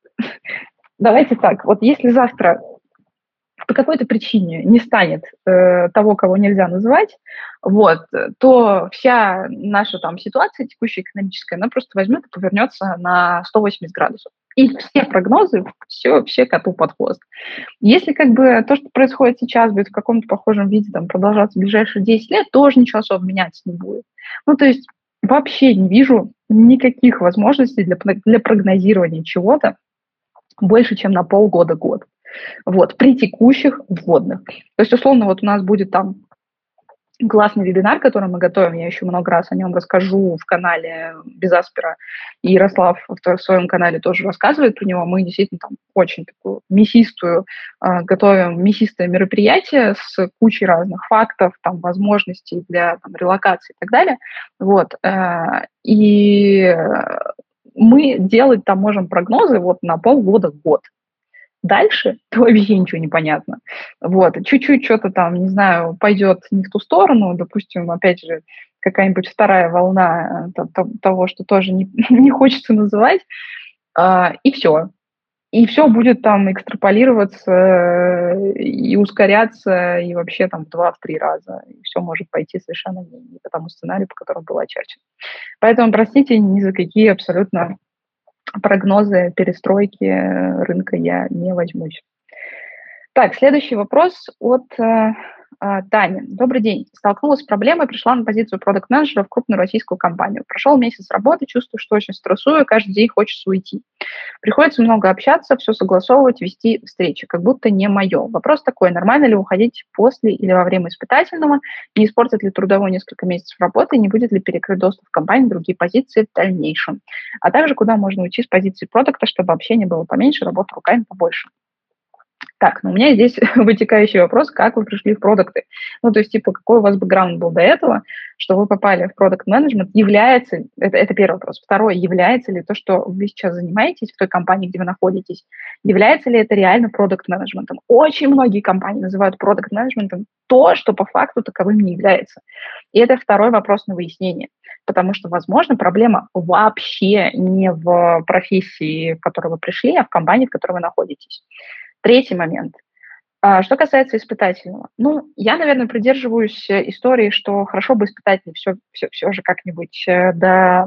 давайте так, вот если завтра по какой-то причине не станет э, того, кого нельзя называть, вот, то вся наша там ситуация текущая экономическая, она просто возьмет и повернется на сто восемьдесят градусов. И все прогнозы, все, все коту под хвост. Если как бы то, что происходит сейчас, будет в каком-то похожем виде там, продолжаться в ближайшие десять лет, тоже ничего особо меняться не будет. Ну, то есть вообще не вижу никаких возможностей для, для прогнозирования чего-то больше, чем на полгода-год. Вот, при текущих вводных. То есть, условно, вот у нас будет там классный вебинар, который мы готовим, я еще много раз о нем расскажу в канале Без Аспера, и Ярослав в своем канале тоже рассказывает про него. Мы действительно там очень такую мясистую, э, готовим мясистое мероприятие с кучей разных фактов, там, возможностей для там, релокации и так далее. Вот, э, и мы делать там можем прогнозы вот на полгода-год. Дальше то вообще ничего не понятно. Вот, чуть-чуть что-то там, не знаю, пойдет не в ту сторону, допустим, опять же, какая-нибудь вторая волна э, того, что тоже не, не хочется называть, а, и все. И все будет там экстраполироваться э, и ускоряться, и вообще там в два-три раза. И все может пойти совершенно не, не по тому сценарию, по которому было очерчено. Поэтому, простите, ни за какие абсолютно прогнозы перестройки рынка я не возьмусь. Так, следующий вопрос от э, э, Тани. Добрый день. Столкнулась с проблемой, пришла на позицию продакт-менеджера в крупную российскую компанию. Прошел месяц работы, чувствую, что очень стрессую, каждый день хочется уйти. Приходится много общаться, все согласовывать, вести встречи, как будто не мое. Вопрос такой, нормально ли уходить после или во время испытательного, не испортит ли трудовой несколько месяцев работы, не будет ли перекрыт доступ в компанию в другие позиции в дальнейшем. А также, куда можно уйти с позиции продукта, чтобы общения было поменьше, работы руками побольше. Так, ну у меня здесь вытекающий вопрос, как вы пришли в продукты. Ну, то есть, типа, какой у вас бэкграунд был до этого, что вы попали в продакт-менеджмент, является, это, это первый вопрос. Второй, является ли то, что вы сейчас занимаетесь в той компании, где вы находитесь, является ли это реально продакт-менеджментом? Очень многие компании называют продакт-менеджментом то, что по факту таковым не является. И это второй вопрос на выяснение. Потому что, возможно, проблема вообще не в профессии, в которой вы пришли, а в компании, в которой вы находитесь. Третий момент. Что касается испытательного. Ну, я, наверное, придерживаюсь истории, что хорошо бы испытательный все, все, все же как-нибудь до,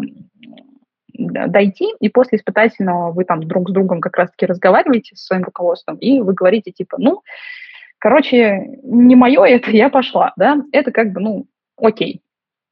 дойти, и после испытательного вы там друг с другом как раз-таки разговариваете со своим руководством, и вы говорите типа, ну, короче, не мое это, я пошла, да, это как бы, ну, окей.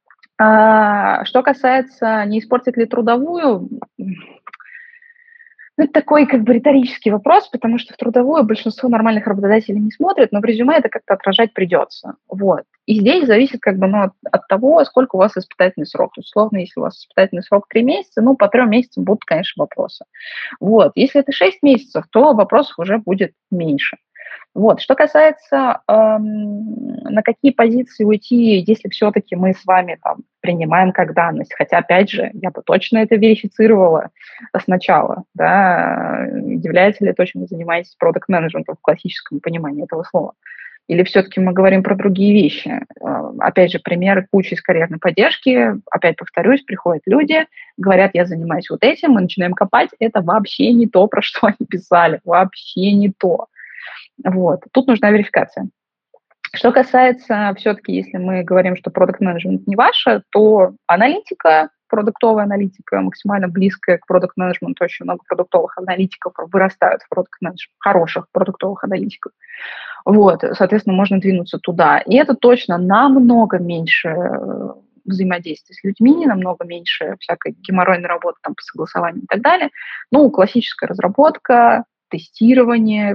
А, что касается, не испортит ли трудовую, Ну, это такой как бы риторический вопрос, потому что в трудовую большинство нормальных работодателей не смотрят, но в резюме это как-то отражать придется. Вот. И здесь зависит как бы ну, от, от того, сколько у вас испытательный срок. То есть, условно, если у вас испытательный срок три месяца, ну, по трем месяцам будут, конечно, вопросы. Вот. Если это шесть месяцев, то вопросов уже будет меньше. Вот. Что касается, эм, на какие позиции уйти, если все-таки мы с вами там принимаем как данность, хотя, опять же, я бы точно это верифицировала сначала, да, является ли то, чем вы занимаетесь продакт-менеджментом в классическом понимании этого слова. Или все-таки мы говорим про другие вещи? Э, Опять же, примеры кучи из карьерной поддержки. Опять повторюсь, приходят люди, говорят, я занимаюсь вот этим, мы начинаем копать. Это вообще не то, про что они писали. Вообще не то. Вот. Тут нужна верификация. Что касается, все-таки, если мы говорим, что продакт-менеджмент не ваше, то аналитика, продуктовая аналитика, максимально близкая к продакт-менеджменту, очень много продуктовых аналитиков вырастают в продакт-менеджмент, хороших продуктовых аналитиков. Вот, соответственно, можно двинуться туда. И это точно намного меньше взаимодействия с людьми, намного меньше всякой геморройной работы там, по согласованию и так далее. Ну, классическая разработка, тестирование,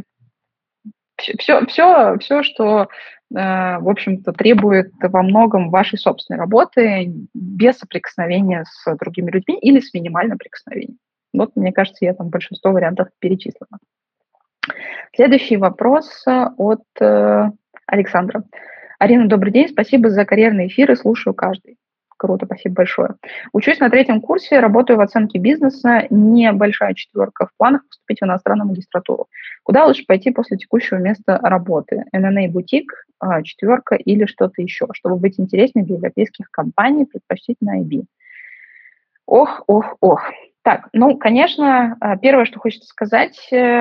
все, все, все, что, э, в общем-то, требует во многом вашей собственной работы без соприкосновения с другими людьми или с минимальным прикосновением. Вот, мне кажется, я там большинство вариантов перечислила. Следующий вопрос от э, Александра. Арина, добрый день, спасибо за карьерные эфиры, слушаю каждый. Круто, спасибо большое. Учусь на третьем курсе, работаю в оценке бизнеса, небольшая четверка в планах поступить в иностранную магистратуру. Куда лучше пойти после текущего места работы? эм энд эй-бутик, четверка или что-то еще, чтобы быть интереснее для европейских компаний, предпочтительно ай би? Ох, ох, ох. Так, ну, конечно, первое, что хочется сказать,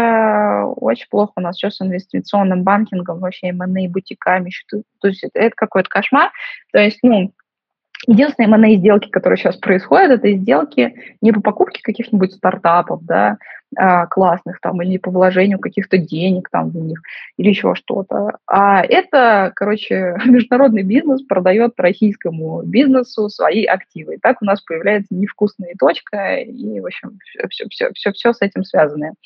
очень плохо у нас сейчас с инвестиционным банкингом, вообще эм энд эй-бутиками. То есть это, это какой-то кошмар. То есть, ну, единственные эм энд эй-сделки, которые сейчас происходят, это сделки не по покупке каких-нибудь стартапов, да, классных там, или по вложению каких-то денег там в них, или еще что-то. А это, короче, международный бизнес продает российскому бизнесу свои активы. И так у нас появляется невкусная точка, и, в общем, все, все, все, все с этим связанное.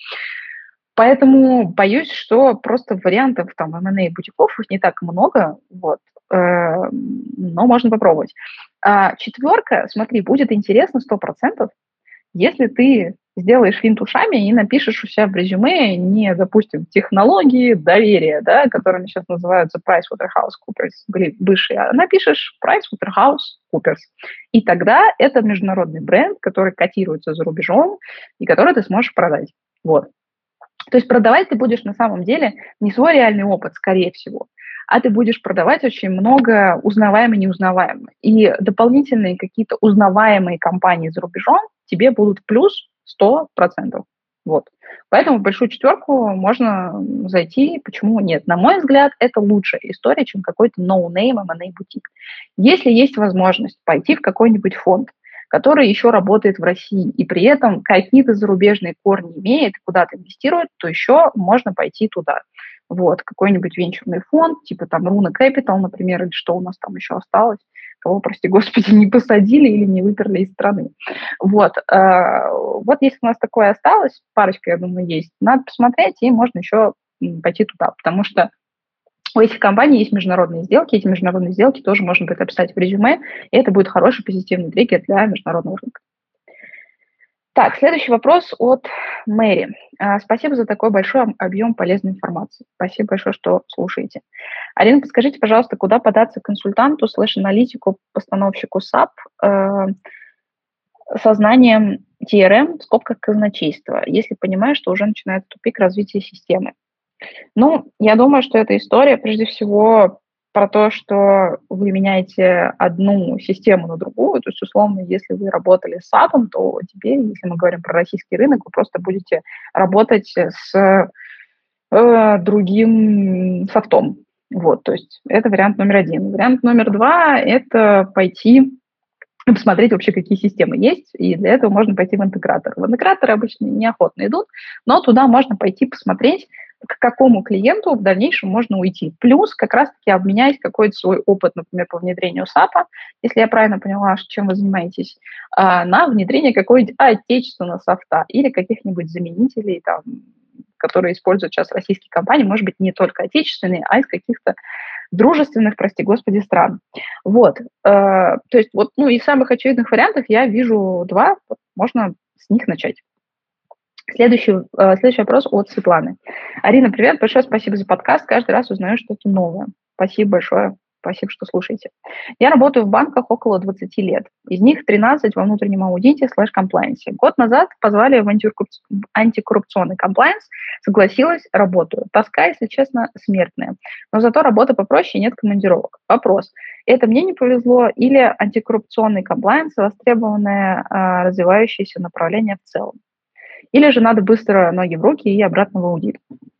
Поэтому боюсь, что просто вариантов там эм энд эй-бутиков не так много, вот, но можно попробовать. А четверка, смотри, будет интересно сто процентов, если ты сделаешь финт ушами и напишешь у себя в резюме не, допустим, технологии доверия, да, которыми сейчас называются PricewaterhouseCoopers, бывшие, а напишешь PricewaterhouseCoopers. И тогда это международный бренд, который котируется за рубежом и который ты сможешь продать. Вот. То есть продавать ты будешь на самом деле не свой реальный опыт, скорее всего, а ты будешь продавать очень много узнаваемого и неузнаваемого. И дополнительные какие-то узнаваемые компании за рубежом тебе будут плюс сто процентов. Вот. Поэтому в большую четверку можно зайти, почему нет. На мой взгляд, это лучшая история, чем какой-то no-name эм энд эй-бутик. Если есть возможность пойти в какой-нибудь фонд, который еще работает в России, и при этом какие-то зарубежные корни имеет, куда-то инвестирует, то еще можно пойти туда. Вот, какой-нибудь венчурный фонд, типа там Руна Capital, например, или что у нас там еще осталось, кого, прости господи, не посадили или не выперли из страны. Вот, э, вот если у нас такое осталось, парочка, я думаю, есть, надо посмотреть, и можно еще пойти туда, потому что у этих компаний есть международные сделки, эти международные сделки тоже можно будет описать в резюме, и это будет хороший позитивный триггер для международного рынка. Так, следующий вопрос от Мэри. Спасибо за такой большой объем полезной информации. Спасибо большое, что слушаете. Арина, подскажите, пожалуйста, куда податься консультанту, слэш-аналитику, постановщику САП э, со знанием ти ар эм в скобках казначейства, если понимаю, что уже начинается тупик развития системы? Ну, я думаю, что эта история, прежде всего, про то, что вы меняете одну систему на другую. То есть, условно, если вы работали с САПом, то теперь, если мы говорим про российский рынок, вы просто будете работать с э, другим софтом. Вот, то есть это вариант номер один. Вариант номер два – это пойти посмотреть вообще, какие системы есть, и для этого можно пойти в интегратор. В интеграторы обычно неохотно идут, но туда можно пойти посмотреть, к какому клиенту в дальнейшем можно уйти. Плюс как раз-таки обменять какой-то свой опыт, например, по внедрению сапа, если я правильно поняла, чем вы занимаетесь, на внедрение какой-нибудь отечественного софта или каких-нибудь заменителей, там, которые используют сейчас российские компании, может быть, не только отечественные, а из каких-то дружественных, прости господи, стран. Вот. То есть вот, ну, из самых очевидных вариантов я вижу два, можно с них начать. Следующий, следующий вопрос от Светланы. Арина, привет, большое спасибо за подкаст, каждый раз узнаю что-то новое. Спасибо большое, спасибо, что слушаете. Я работаю в банках около двадцати лет, из них тринадцать во внутреннем аудите слэш комплайенсе. Год назад позвали в антикоррупционный комплайенс, согласилась, работаю. Тоска, если честно, смертная, но зато работа попроще, нет командировок. Вопрос, это мне не повезло или антикоррупционный комплайенс востребованное а, развивающееся направление в целом? Или же надо быстро ноги в руки и обратно в аудит.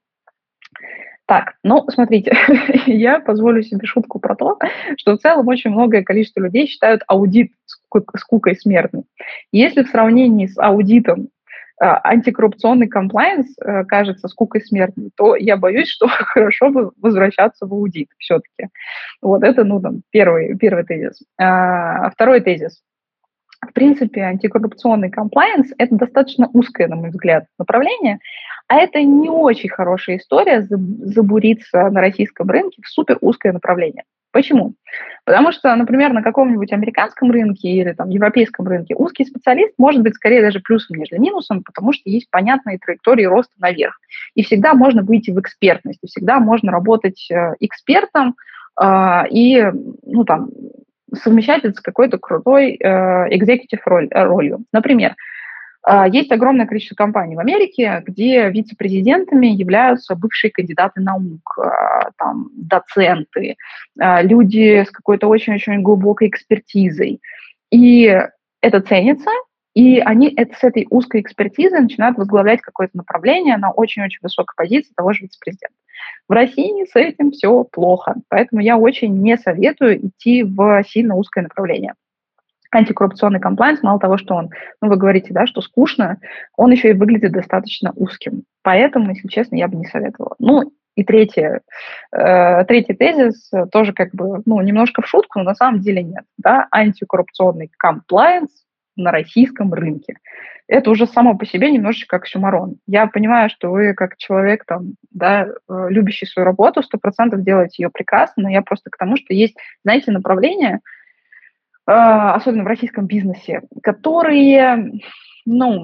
Так, ну, смотрите, я позволю себе шутку про то, что в целом очень многое количество людей считают аудит скукой смертной. Если в сравнении с аудитом э, антикоррупционный комплайенс э, кажется скукой смертной, то я боюсь, что хорошо бы возвращаться в аудит все-таки. Вот это, ну, там, первый, первый тезис. А, второй тезис. В принципе, антикоррупционный комплайенс – это достаточно узкое, на мой взгляд, направление, а это не очень хорошая история забуриться на российском рынке в супер узкое направление. Почему? Потому что, например, на каком-нибудь американском рынке или там, европейском рынке узкий специалист может быть скорее даже плюсом, нежели минусом, потому что есть понятные траектории роста наверх. И всегда можно выйти в экспертность, и всегда можно работать экспертом э, и, ну, там, совмещать это с какой-то крутой executive роль, ролью. Например, э, есть огромное количество компаний в Америке, где вице-президентами являются бывшие кандидаты наук, э, там, доценты, э, люди с какой-то очень-очень глубокой экспертизой. И это ценится, и они это, с этой узкой экспертизой начинают возглавлять какое-то направление на очень-очень высокой позиции того же вице-президента. В России с этим все плохо, поэтому я очень не советую идти в сильно узкое направление. Антикоррупционный комплайенс, мало того, что он, ну, вы говорите, да, что скучно, он еще и выглядит достаточно узким. Поэтому, если честно, я бы не советовала. Ну, и третье, э, третий тезис тоже как бы, ну, немножко в шутку, но на самом деле нет. Да? Антикоррупционный комплайенс на российском рынке. Это уже само по себе немножечко оксюморон. Я понимаю, что вы как человек, там, да, любящий свою работу, сто процентов делаете ее прекрасно, но я просто к тому, что есть, знаете, направления, э, особенно в российском бизнесе, которые, ну,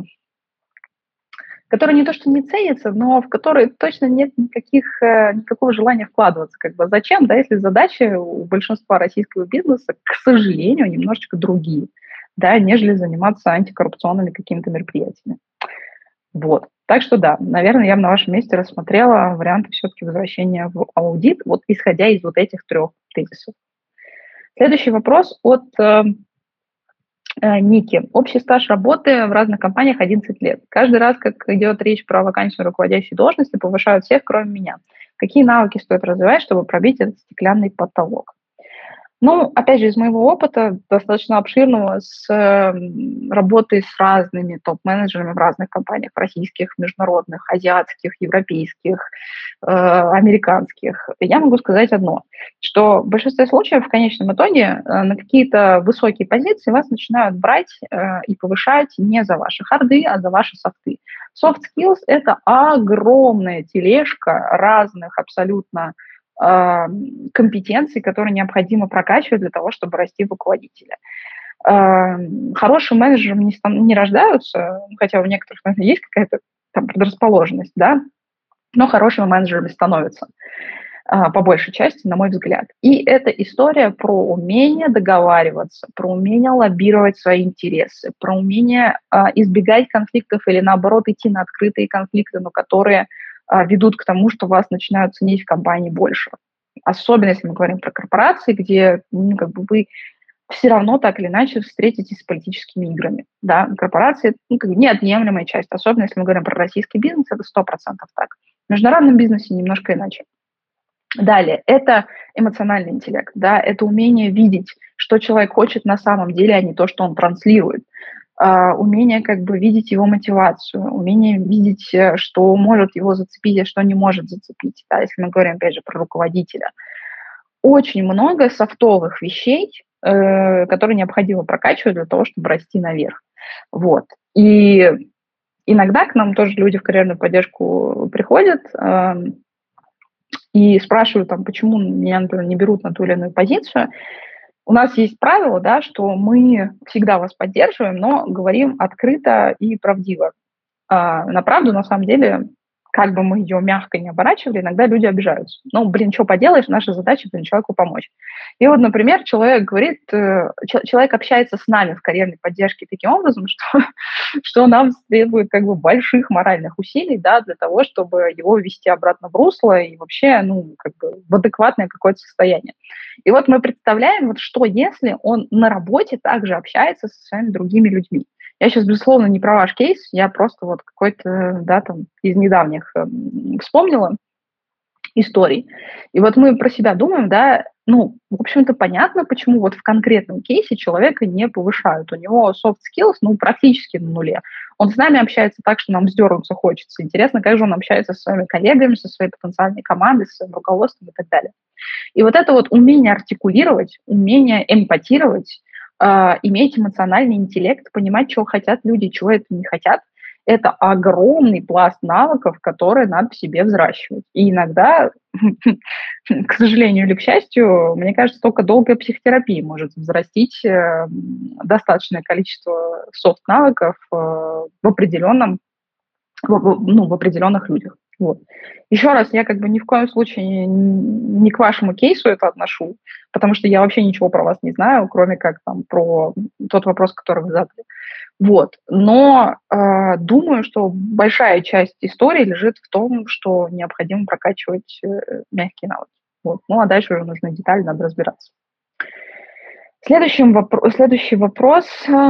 которые не то что не ценятся, но в которые точно нет никаких, никакого желания вкладываться. Как бы зачем, да, если задачи у большинства российского бизнеса, к сожалению, немножечко другие, да, нежели заниматься антикоррупционными какими-то мероприятиями. Вот. Так что да, наверное, я бы на вашем месте рассмотрела варианты все-таки возвращения в аудит, вот исходя из вот этих трех тезисов. Следующий вопрос от э, э, Ники. Общий стаж работы в разных компаниях одиннадцать лет. Каждый раз, как идет речь про вакансию руководящей должности, повышают всех, кроме меня. Какие навыки стоит развивать, чтобы пробить этот стеклянный потолок? Ну, опять же, из моего опыта, достаточно обширного, с э, работой с разными топ-менеджерами в разных компаниях, российских, международных, азиатских, европейских, э, американских, я могу сказать одно, что в большинстве случаев в конечном итоге э, на какие-то высокие позиции вас начинают брать э, и повышать не за ваши харды, а за ваши софты. Soft skills – это огромная тележка разных абсолютно компетенций, которые необходимо прокачивать для того, чтобы расти в руководителя. Хорошим менеджером не, не рождаются, хотя у некоторых, наверное, есть какая-то там предрасположенность, да, но хорошими менеджерами становятся по большей части, на мой взгляд. И это история про умение договариваться, про умение лоббировать свои интересы, про умение избегать конфликтов или, наоборот, идти на открытые конфликты, но которые ведут к тому, что вас начинают ценить в компании больше. Особенно, если мы говорим про корпорации, где, ну, как бы вы все равно так или иначе встретитесь с политическими играми. Да? Корпорации, ну, как бы неотъемлемая часть. Особенно, если мы говорим про российский бизнес, это сто процентов так. В международном бизнесе немножко иначе. Далее, это эмоциональный интеллект, да, это умение видеть, что человек хочет на самом деле, а не то, что он транслирует. Uh, умение как бы видеть его мотивацию, умение видеть, что может его зацепить, а что не может зацепить, да, если мы говорим, опять же, про руководителя. Очень много софтовых вещей, э, которые необходимо прокачивать для того, чтобы расти наверх. Вот. И иногда к нам тоже люди в карьерную поддержку приходят э, и спрашивают, там, почему меня, например, не берут на ту или иную позицию. У нас есть правило, да, что мы всегда вас поддерживаем, но говорим открыто и правдиво. А на правду, на самом деле, как бы мы ее мягко не оборачивали, иногда люди обижаются. Ну, блин, что поделаешь, наша задача, блин, человеку помочь. И вот, например, человек говорит, человек общается с нами в карьерной поддержке таким образом, что, что нам требует как бы больших моральных усилий, да, для того, чтобы его ввести обратно в русло и вообще, ну, как бы в адекватное какое-то состояние. И вот мы представляем, вот что если он на работе также общается со своими другими людьми. Я сейчас, безусловно, не про ваш кейс, я просто вот какой-то, да, там, из недавних э, вспомнила историй. И вот мы про себя думаем, да, ну, в общем-то, понятно, почему вот в конкретном кейсе человека не повышают. У него soft skills, ну, практически на нуле. Он с нами общается так, что нам вздернуться хочется. Интересно, как же он общается со своими коллегами, со своей потенциальной командой, со своим руководством и так далее. И вот это вот умение артикулировать, умение эмпатировать, Uh, иметь эмоциональный интеллект, понимать, чего хотят люди, чего это не хотят, это огромный пласт навыков, которые надо в себе взращивать. И иногда, к сожалению или к счастью, мне кажется, только долгая психотерапия может взрастить достаточное количество софт-навыков в определенном, ну, в определенных людях. Вот. Еще раз, я как бы ни в коем случае не к вашему кейсу это отношу, потому что я вообще ничего про вас не знаю, кроме как там про тот вопрос, который вы задали. Вот. Но э, думаю, что большая часть истории лежит в том, что необходимо прокачивать э, мягкие навыки. Вот. Ну, а дальше уже нужны детали, надо разбираться. Следующий, вопро- следующий вопрос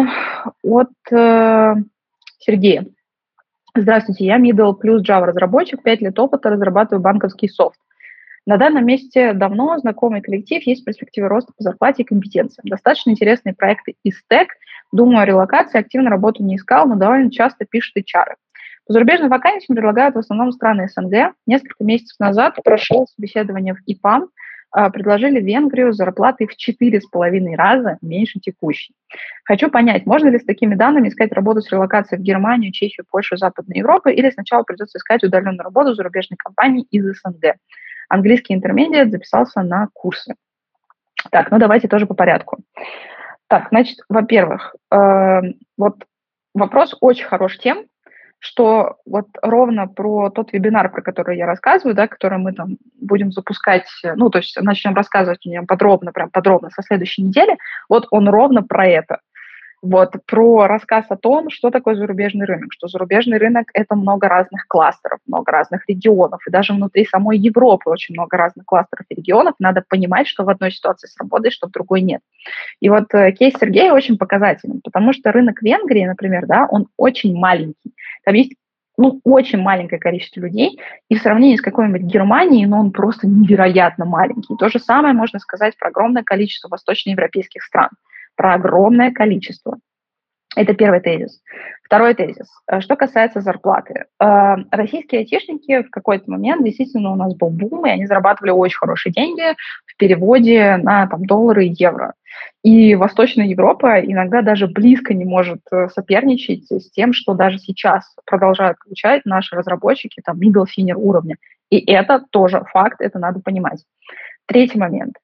от э, Сергея. Здравствуйте, я middle плюс Java разработчик, пять лет опыта, разрабатываю банковский софт. На данном месте давно знакомый коллектив, есть перспективы роста по зарплате и компетенциям. Достаточно интересные проекты из Stack. Думаю о релокации, активно работу не искал, но довольно часто пишут эйч ар. По зарубежным вакансиям предлагают в основном страны эс эн гэ. Несколько месяцев назад прошел собеседование в и пам, предложили Венгрию с зарплатой в четыре с половиной раза меньше текущей. Хочу понять, можно ли с такими данными искать работу с релокацией в Германию, Чехию, Польшу, Западную Европу, или сначала придется искать удаленную работу в зарубежной компании из эс эн гэ. Английский интермедиат, записался на курсы. Так, ну давайте тоже по порядку. Так, значит, во-первых, э, вот вопрос очень хорош тем, что вот ровно про тот вебинар, про который я рассказываю, да, который мы там будем запускать, ну, то есть начнем рассказывать о нем подробно, прям подробно со следующей недели, вот он ровно про это. Вот, про рассказ о том, что такое зарубежный рынок, что зарубежный рынок – это много разных кластеров, много разных регионов, и даже внутри самой Европы очень много разных кластеров и регионов. Надо понимать, что в одной ситуации сработает, что в другой нет. И вот э, кейс Сергея очень показательный, потому что рынок Венгрии, например, да, он очень маленький. Там есть ну, очень маленькое количество людей, и в сравнении с какой-нибудь Германией, ну, он просто невероятно маленький. То же самое можно сказать про огромное количество восточноевропейских стран. Про огромное количество. Это первый тезис. Второй тезис. Что касается зарплаты. Российские айтишники в какой-то момент действительно у нас был бум, и они зарабатывали очень хорошие деньги в переводе на там, доллары и евро. И Восточная Европа иногда даже близко не может соперничать с тем, что даже сейчас продолжают получать наши разработчики там, middle senior уровня. И это тоже факт, это надо понимать. Третий момент.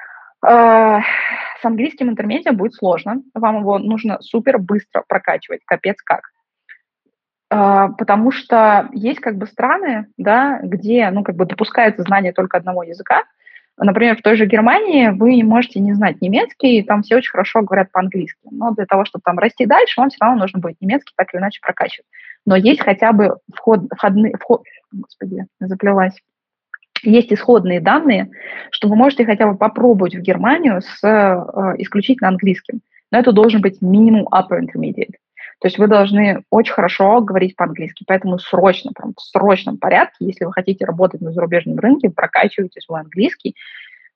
С английским интермедиа будет сложно. Вам его нужно супер быстро прокачивать, капец как. Потому что есть как бы страны, да, где ну, как бы допускается знание только одного языка. Например, в той же Германии вы можете не знать немецкий, и там все очень хорошо говорят по-английски. Но для того, чтобы там расти дальше, вам все равно нужно будет немецкий так или иначе прокачивать. Но есть хотя бы вход, входные... Вход, господи, заплелась. Есть исходные данные, что вы можете хотя бы попробовать в Германию с э, исключительно английским. Но это должен быть минимум upper intermediate. То есть вы должны очень хорошо говорить по-английски. Поэтому срочно, прям в срочном порядке, если вы хотите работать на зарубежном рынке, прокачивайте свой английский.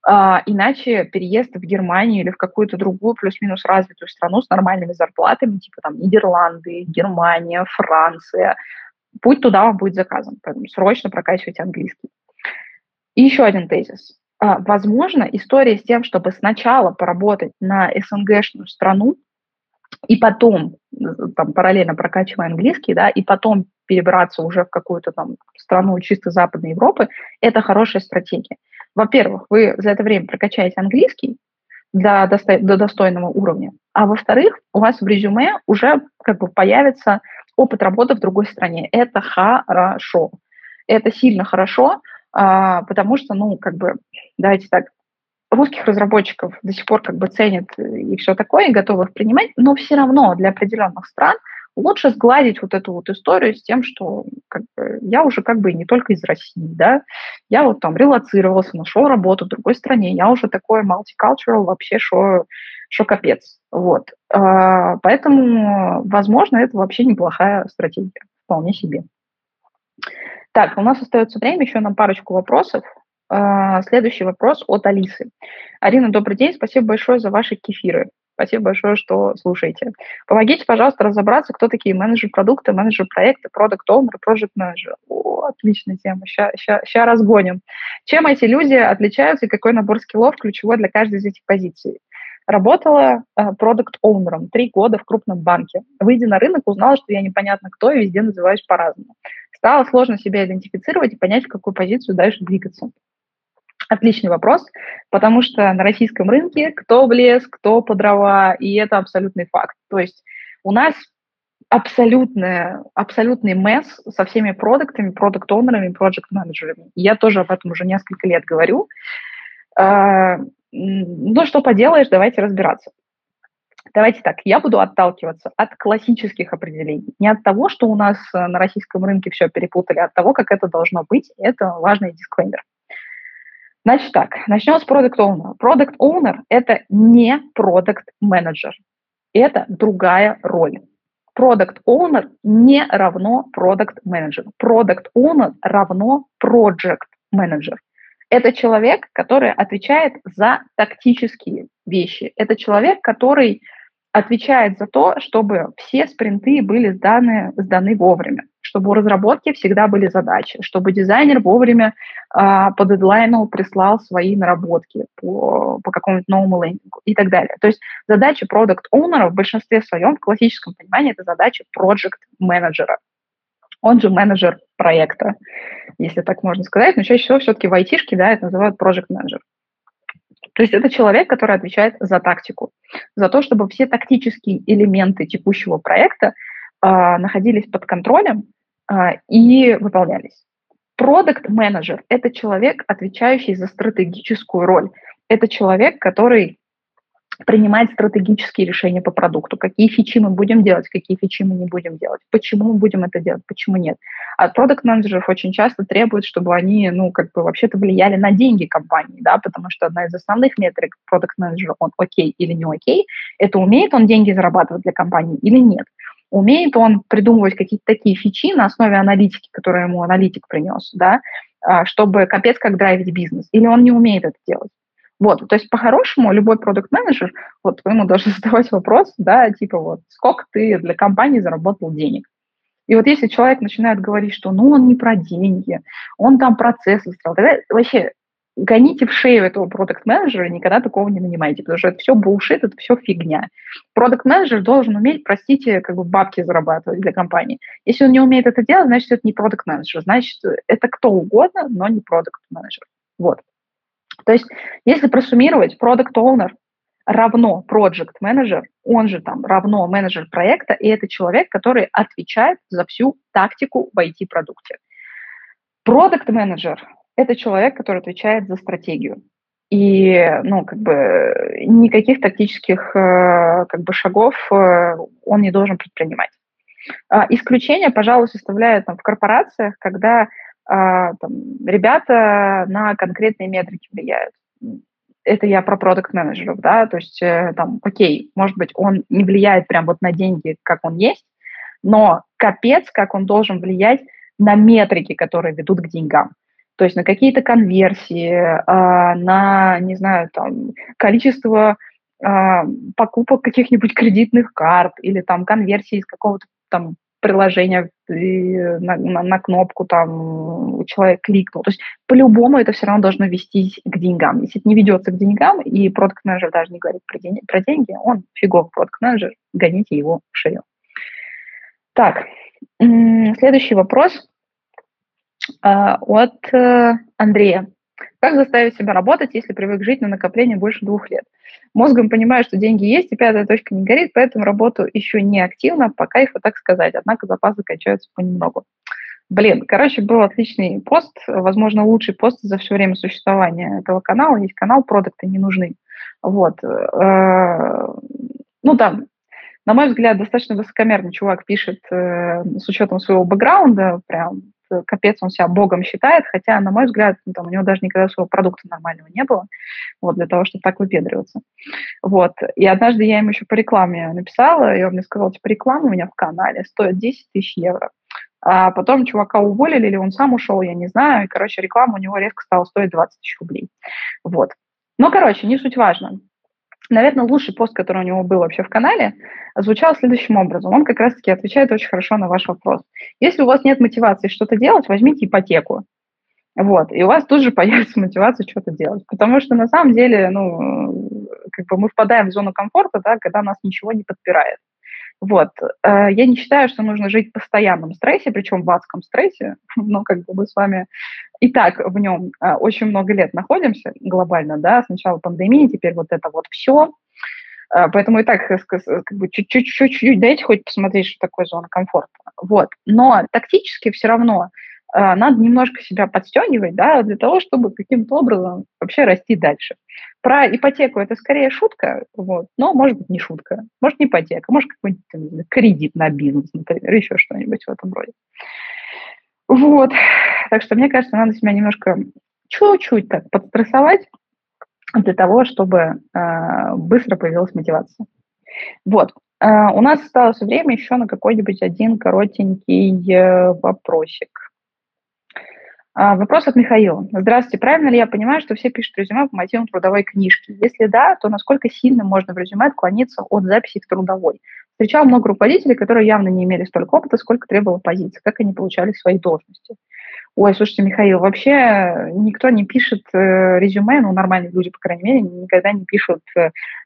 А, иначе переезд в Германию или в какую-то другую плюс-минус развитую страну с нормальными зарплатами, типа там Нидерланды, Германия, Франция, путь туда вам будет заказан. Поэтому срочно прокачивайте английский. И еще один тезис. А, возможно, история с тем, чтобы сначала поработать на СНГшную страну, и потом, там, параллельно прокачивая английский, да, и потом перебраться уже в какую-то там страну чисто Западной Европы, это хорошая стратегия. Во-первых, вы за это время прокачаете английский до, досто- до достойного уровня, а во-вторых, у вас в резюме уже как бы появится опыт работы в другой стране. Это хорошо. Это сильно хорошо, а, потому что, ну, как бы, давайте так, русских разработчиков до сих пор как бы ценят и все такое, и готовы их принимать, но все равно для определенных стран лучше сгладить вот эту вот историю с тем, что как бы, я уже как бы не только из России, да, я вот там релоцировался, нашел работу в другой стране, я уже такой multicultural вообще, что что капец. Вот. А, Поэтому, возможно, это вообще неплохая стратегия, вполне себе. Так, у нас остается время еще на парочку вопросов. А, Следующий вопрос от Алисы. Арина, добрый день, спасибо большое за ваши кефиры. Спасибо большое, что слушаете. Помогите, пожалуйста, разобраться, кто такие менеджер продукта, менеджер проекта, продакт оунер, проект менеджер. О, отличная тема, сейчас разгоним. Чем эти люди отличаются и какой набор скиллов ключевой для каждой из этих позиций? Работала продакт-оунером три года в крупном банке. Выйдя на рынок, узнала, что я непонятно кто и везде называюсь по-разному. Стало сложно себя идентифицировать и понять, в какую позицию дальше двигаться. Отличный вопрос, потому что на российском рынке кто в лес, кто по дрова, и это абсолютный факт. То есть у нас абсолютная, абсолютный месс со всеми продуктами, продукт-оунерами, проект-менеджерами. Я тоже об этом уже несколько лет говорю. Ну, что поделаешь, давайте разбираться. Давайте так, я буду отталкиваться от классических определений. Не от того, что у нас на российском рынке все перепутали, а от того, как это должно быть. Это важный дисклеймер. Значит так, начнем с Product Owner. Product Owner – это не Product Manager. Это другая роль. Product Owner не равно Product Manager. Product Owner равно Project Manager. Это человек, который отвечает за тактические вещи. Это человек, который отвечает за то, чтобы все спринты были сданы, сданы вовремя, чтобы у разработки всегда были задачи, чтобы дизайнер вовремя а, по дедлайну прислал свои наработки по, по какому-нибудь новому лендингу и так далее. То есть задача продакт-оунера в большинстве своем, в классическом понимании, это задача проект-менеджера. Он же менеджер проекта, если так можно сказать, но чаще всего все-таки в айтишке, да, это называют проект-менеджер. То есть это человек, который отвечает за тактику, за то, чтобы все тактические элементы текущего проекта э, находились под контролем э, и выполнялись. Продакт-менеджер – это человек, отвечающий за стратегическую роль. Это человек, который принимает стратегические решения по продукту. Какие фичи мы будем делать, какие фичи мы не будем делать, почему мы будем это делать, почему нет. От продакт-менеджеров очень часто требуют, чтобы они, ну, как бы вообще-то влияли на деньги компании, да, потому что одна из основных метрик продакт-менеджера, он окей или не окей, это умеет он деньги зарабатывать для компании или нет. Умеет он придумывать какие-то такие фичи на основе аналитики, которую ему аналитик принес, да, чтобы капец как драйвить бизнес, или он не умеет это делать. Вот, то есть по-хорошему любой продакт-менеджер, вот вы ему должны задавать вопрос, да, типа вот, сколько ты для компании заработал денег? И вот если человек начинает говорить, что ну он не про деньги, он там процесс выстроил, тогда вообще гоните в шею этого продакт-менеджера и никогда такого не нанимайте, потому что это все булшит, это все фигня. Продакт-менеджер должен уметь, простите, как бы бабки зарабатывать для компании. Если он не умеет это делать, значит, это не продакт-менеджер, значит, это кто угодно, но не продакт-менеджер. Вот. То есть, если просуммировать, Product Owner равно Project Manager, он же там равно менеджер проекта, и это человек, который отвечает за всю тактику в ай ти-продукте. Product Manager – это человек, который отвечает за стратегию. И, ну, как бы, никаких тактических как бы, шагов он не должен предпринимать. Исключение, пожалуй, составляют там, в корпорациях, когда Uh, там, ребята на конкретные метрики влияют. Это я про продакт-менеджеров, да, то есть э, там, окей, может быть, он не влияет прям вот на деньги, как он есть, но капец, как он должен влиять на метрики, которые ведут к деньгам. То есть на какие-то конверсии, а, на, не знаю, там, количество а, покупок каких-нибудь кредитных карт или там конверсии из какого-то там приложения и на, на- на кнопку там человек кликнул. То есть по-любому это все равно должно вестись к деньгам. Если это не ведется к деньгам, и продакт-менеджер даже не говорит про, день- про деньги, он фигов продакт-менеджер, гоните его в шею. Так, м, следующий вопрос а, от э, Андрея. Как заставить себя работать, если привык жить на накопление больше двух лет? Мозгом понимаю, что деньги есть, и пятая точка не горит, поэтому работаю еще не активно, по кайфу, так сказать. Однако запасы кончаются понемногу. Блин, короче, был отличный пост, возможно, лучший пост за все время существования этого канала. Есть канал «Продукты не нужны». Вот. э, Ну, там, на мой взгляд, достаточно высокомерный чувак пишет э, с учетом своего бэкграунда, прям э, капец, он себя богом считает, хотя, на мой взгляд, ну, там, у него даже никогда своего продукта нормального не было, вот, для того, чтобы так выпендриваться. Вот. И однажды я ему еще по рекламе написала, и он мне сказал, типа, реклама у меня в канале стоит десять тысяч евро. А потом чувака уволили, или он сам ушел, я не знаю. И, короче, реклама у него резко стала стоить двадцать тысяч рублей. Вот. Ну, короче, не суть важно. Наверное, лучший пост, который у него был вообще в канале, звучал следующим образом. Он как раз-таки отвечает очень хорошо на ваш вопрос. Если у вас нет мотивации что-то делать, возьмите ипотеку. Вот, и у вас тут же появится мотивация что-то делать. Потому что на самом деле, ну, как бы мы впадаем в зону комфорта, да, когда нас ничего не подпирает. Вот. Э, Я не считаю, что нужно жить в постоянном стрессе, причем в адском стрессе, но как бы мы с вами и так в нем э, очень много лет находимся глобально, да, сначала пандемия, теперь вот это вот все. Поэтому и так э, сказ- э, как бы чуть-чуть, чуть-чуть дайте хоть посмотреть, что такое зона комфорта. Вот. Но тактически все равно э, надо немножко себя подстегивать, да, для того, чтобы каким-то образом вообще расти дальше. Про ипотеку это скорее шутка, вот, но может быть не шутка, может не ипотека, может какой-нибудь там, не знаю, кредит на бизнес, например, еще что-нибудь в этом роде. Вот. Так что мне кажется, надо себя немножко чуть-чуть так подстрессовать для того, чтобы э, быстро появилась мотивация. Вот. Э, у нас осталось время еще на какой-нибудь один коротенький э, вопросик. А, Вопрос от Михаила. Здравствуйте, правильно ли я понимаю, что все пишут резюме по мотивам трудовой книжки? Если да, то насколько сильно можно в резюме отклониться от записи в трудовой? Встречал много руководителей, которые явно не имели столько опыта, сколько требовала позиция, как они получали свои должности. Ой, слушайте, Михаил, вообще никто не пишет э, резюме, ну, нормальные люди, по крайней мере, никогда не пишут э,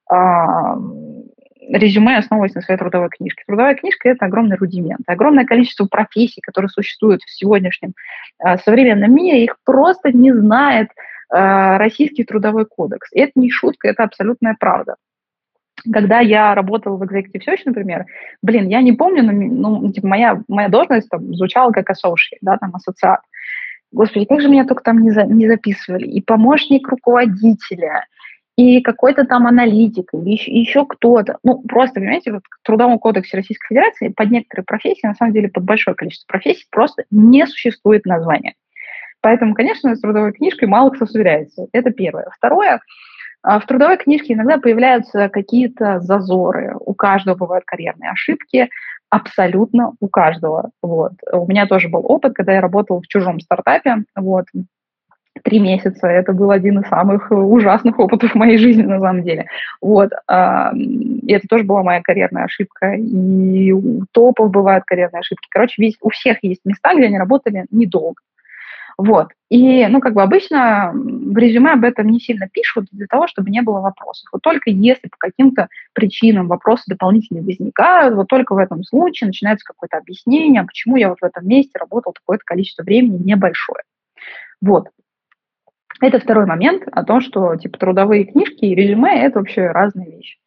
а, резюме, основываясь на своей трудовой книжке. Трудовая книжка – это огромный рудимент. Огромное количество профессий, которые существуют в сегодняшнем э, современном мире, их просто не знает э, Российский трудовой кодекс. И это не шутка, это абсолютная правда. Когда я работала в Executive Search, например, блин, я не помню, но, ну, типа, моя, моя должность там звучала как associate, да, там, ассоциат. Господи, как же меня только там не, за, не записывали. И помощник руководителя, и какой-то там аналитик, или еще, еще кто-то. Ну, просто, понимаете, вот в Трудовом кодексе Российской Федерации под некоторые профессии, на самом деле под большое количество профессий, просто не существует названия. Поэтому, конечно, с трудовой книжкой мало кто сверяется. Это первое. Второе, а, в трудовой книжке иногда появляются какие-то зазоры. У каждого бывают карьерные ошибки, абсолютно у каждого. Вот. У меня тоже был опыт, когда я работала в чужом стартапе. Вот. Три месяца. Это был один из самых ужасных опытов в моей жизни, на самом деле. Вот. а, И это тоже была моя карьерная ошибка. И у топов бывают карьерные ошибки. Короче, весь, у всех есть места, где они работали недолго. Вот. И, ну, как бы обычно в резюме об этом не сильно пишут для того, чтобы не было вопросов. Вот только если по каким-то причинам вопросы дополнительно возникают, вот только в этом случае начинается какое-то объяснение, почему я вот в этом месте работал такое-то количество времени небольшое. Вот. Это второй момент о том, что типа трудовые книжки и резюме – это вообще разные вещи.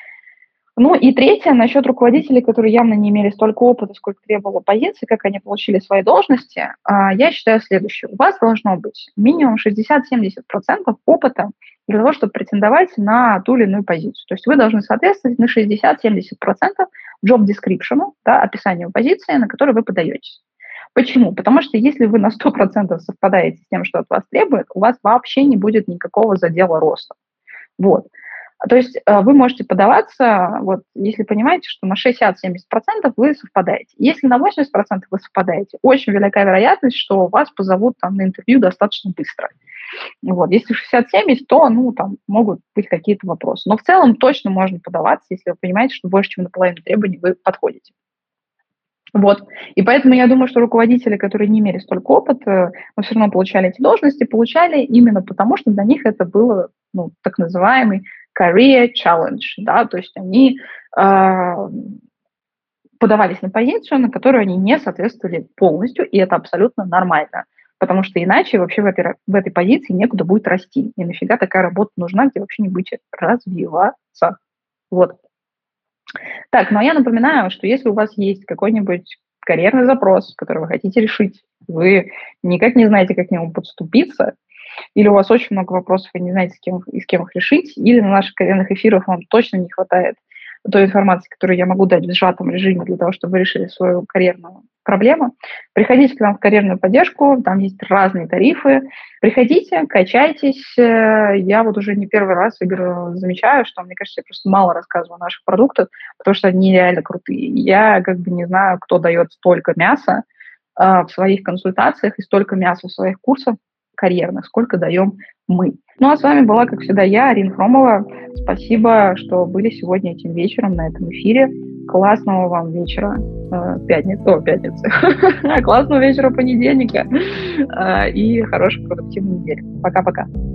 Ну и третье, насчет руководителей, которые явно не имели столько опыта, сколько требовала позиции, как они получили свои должности, я считаю следующее. У вас должно быть минимум шестьдесят-семьдесят процентов опыта для того, чтобы претендовать на ту или иную позицию. То есть вы должны соответствовать на шестьдесят-семьдесят процентов job description, да, описанию позиции, на которую вы подаетесь. Почему? Потому что если вы на сто процентов совпадаете с тем, что от вас требует, у вас вообще не будет никакого задела роста. Вот. То есть вы можете подаваться, вот, если понимаете, что на шестьдесят-семьдесят процентов вы совпадаете. Если на восемьдесят процентов вы совпадаете, очень велика вероятность, что вас позовут там, на интервью достаточно быстро. Вот. Если шестьдесят-семьдесят, то ну, там могут быть какие-то вопросы. Но в целом точно можно подаваться, если вы понимаете, что больше, чем наполовину требований вы подходите. Вот. И поэтому я думаю, что руководители, которые не имели столько опыта, но все равно получали эти должности, получали именно потому, что для них это было ну, так называемый career challenge. Да? То есть они э, подавались на позицию, на которую они не соответствовали полностью, и это абсолютно нормально. Потому что иначе вообще в этой, в этой позиции некуда будет расти. И нафига такая работа нужна, где вообще не будете развиваться. Вот. Так, ну а я напоминаю, что если у вас есть какой-нибудь карьерный запрос, который вы хотите решить, вы никак не знаете, как к нему подступиться, или у вас очень много вопросов, и не знаете, с кем, и с кем их решить, или на наших карьерных эфирах вам точно не хватает той информации, которую я могу дать в сжатом режиме для того, чтобы вы решили свою карьерную проблему, приходите к нам в карьерную поддержку, там есть разные тарифы, приходите, качайтесь. Я вот уже не первый раз, Игорь, замечаю, что, мне кажется, я просто мало рассказываю о наших продуктах, потому что они реально крутые. Я как бы не знаю, кто дает столько мяса э, в своих консультациях и столько мяса в своих курсах карьерных, сколько даем мы. Ну а с вами была, как всегда, я, Арина Хромова. Спасибо, что были сегодня этим вечером на этом эфире. Классного вам вечера э, пятницы, о, пятницы. Классного вечера понедельника э, и хорошей продуктивной недели. Пока-пока.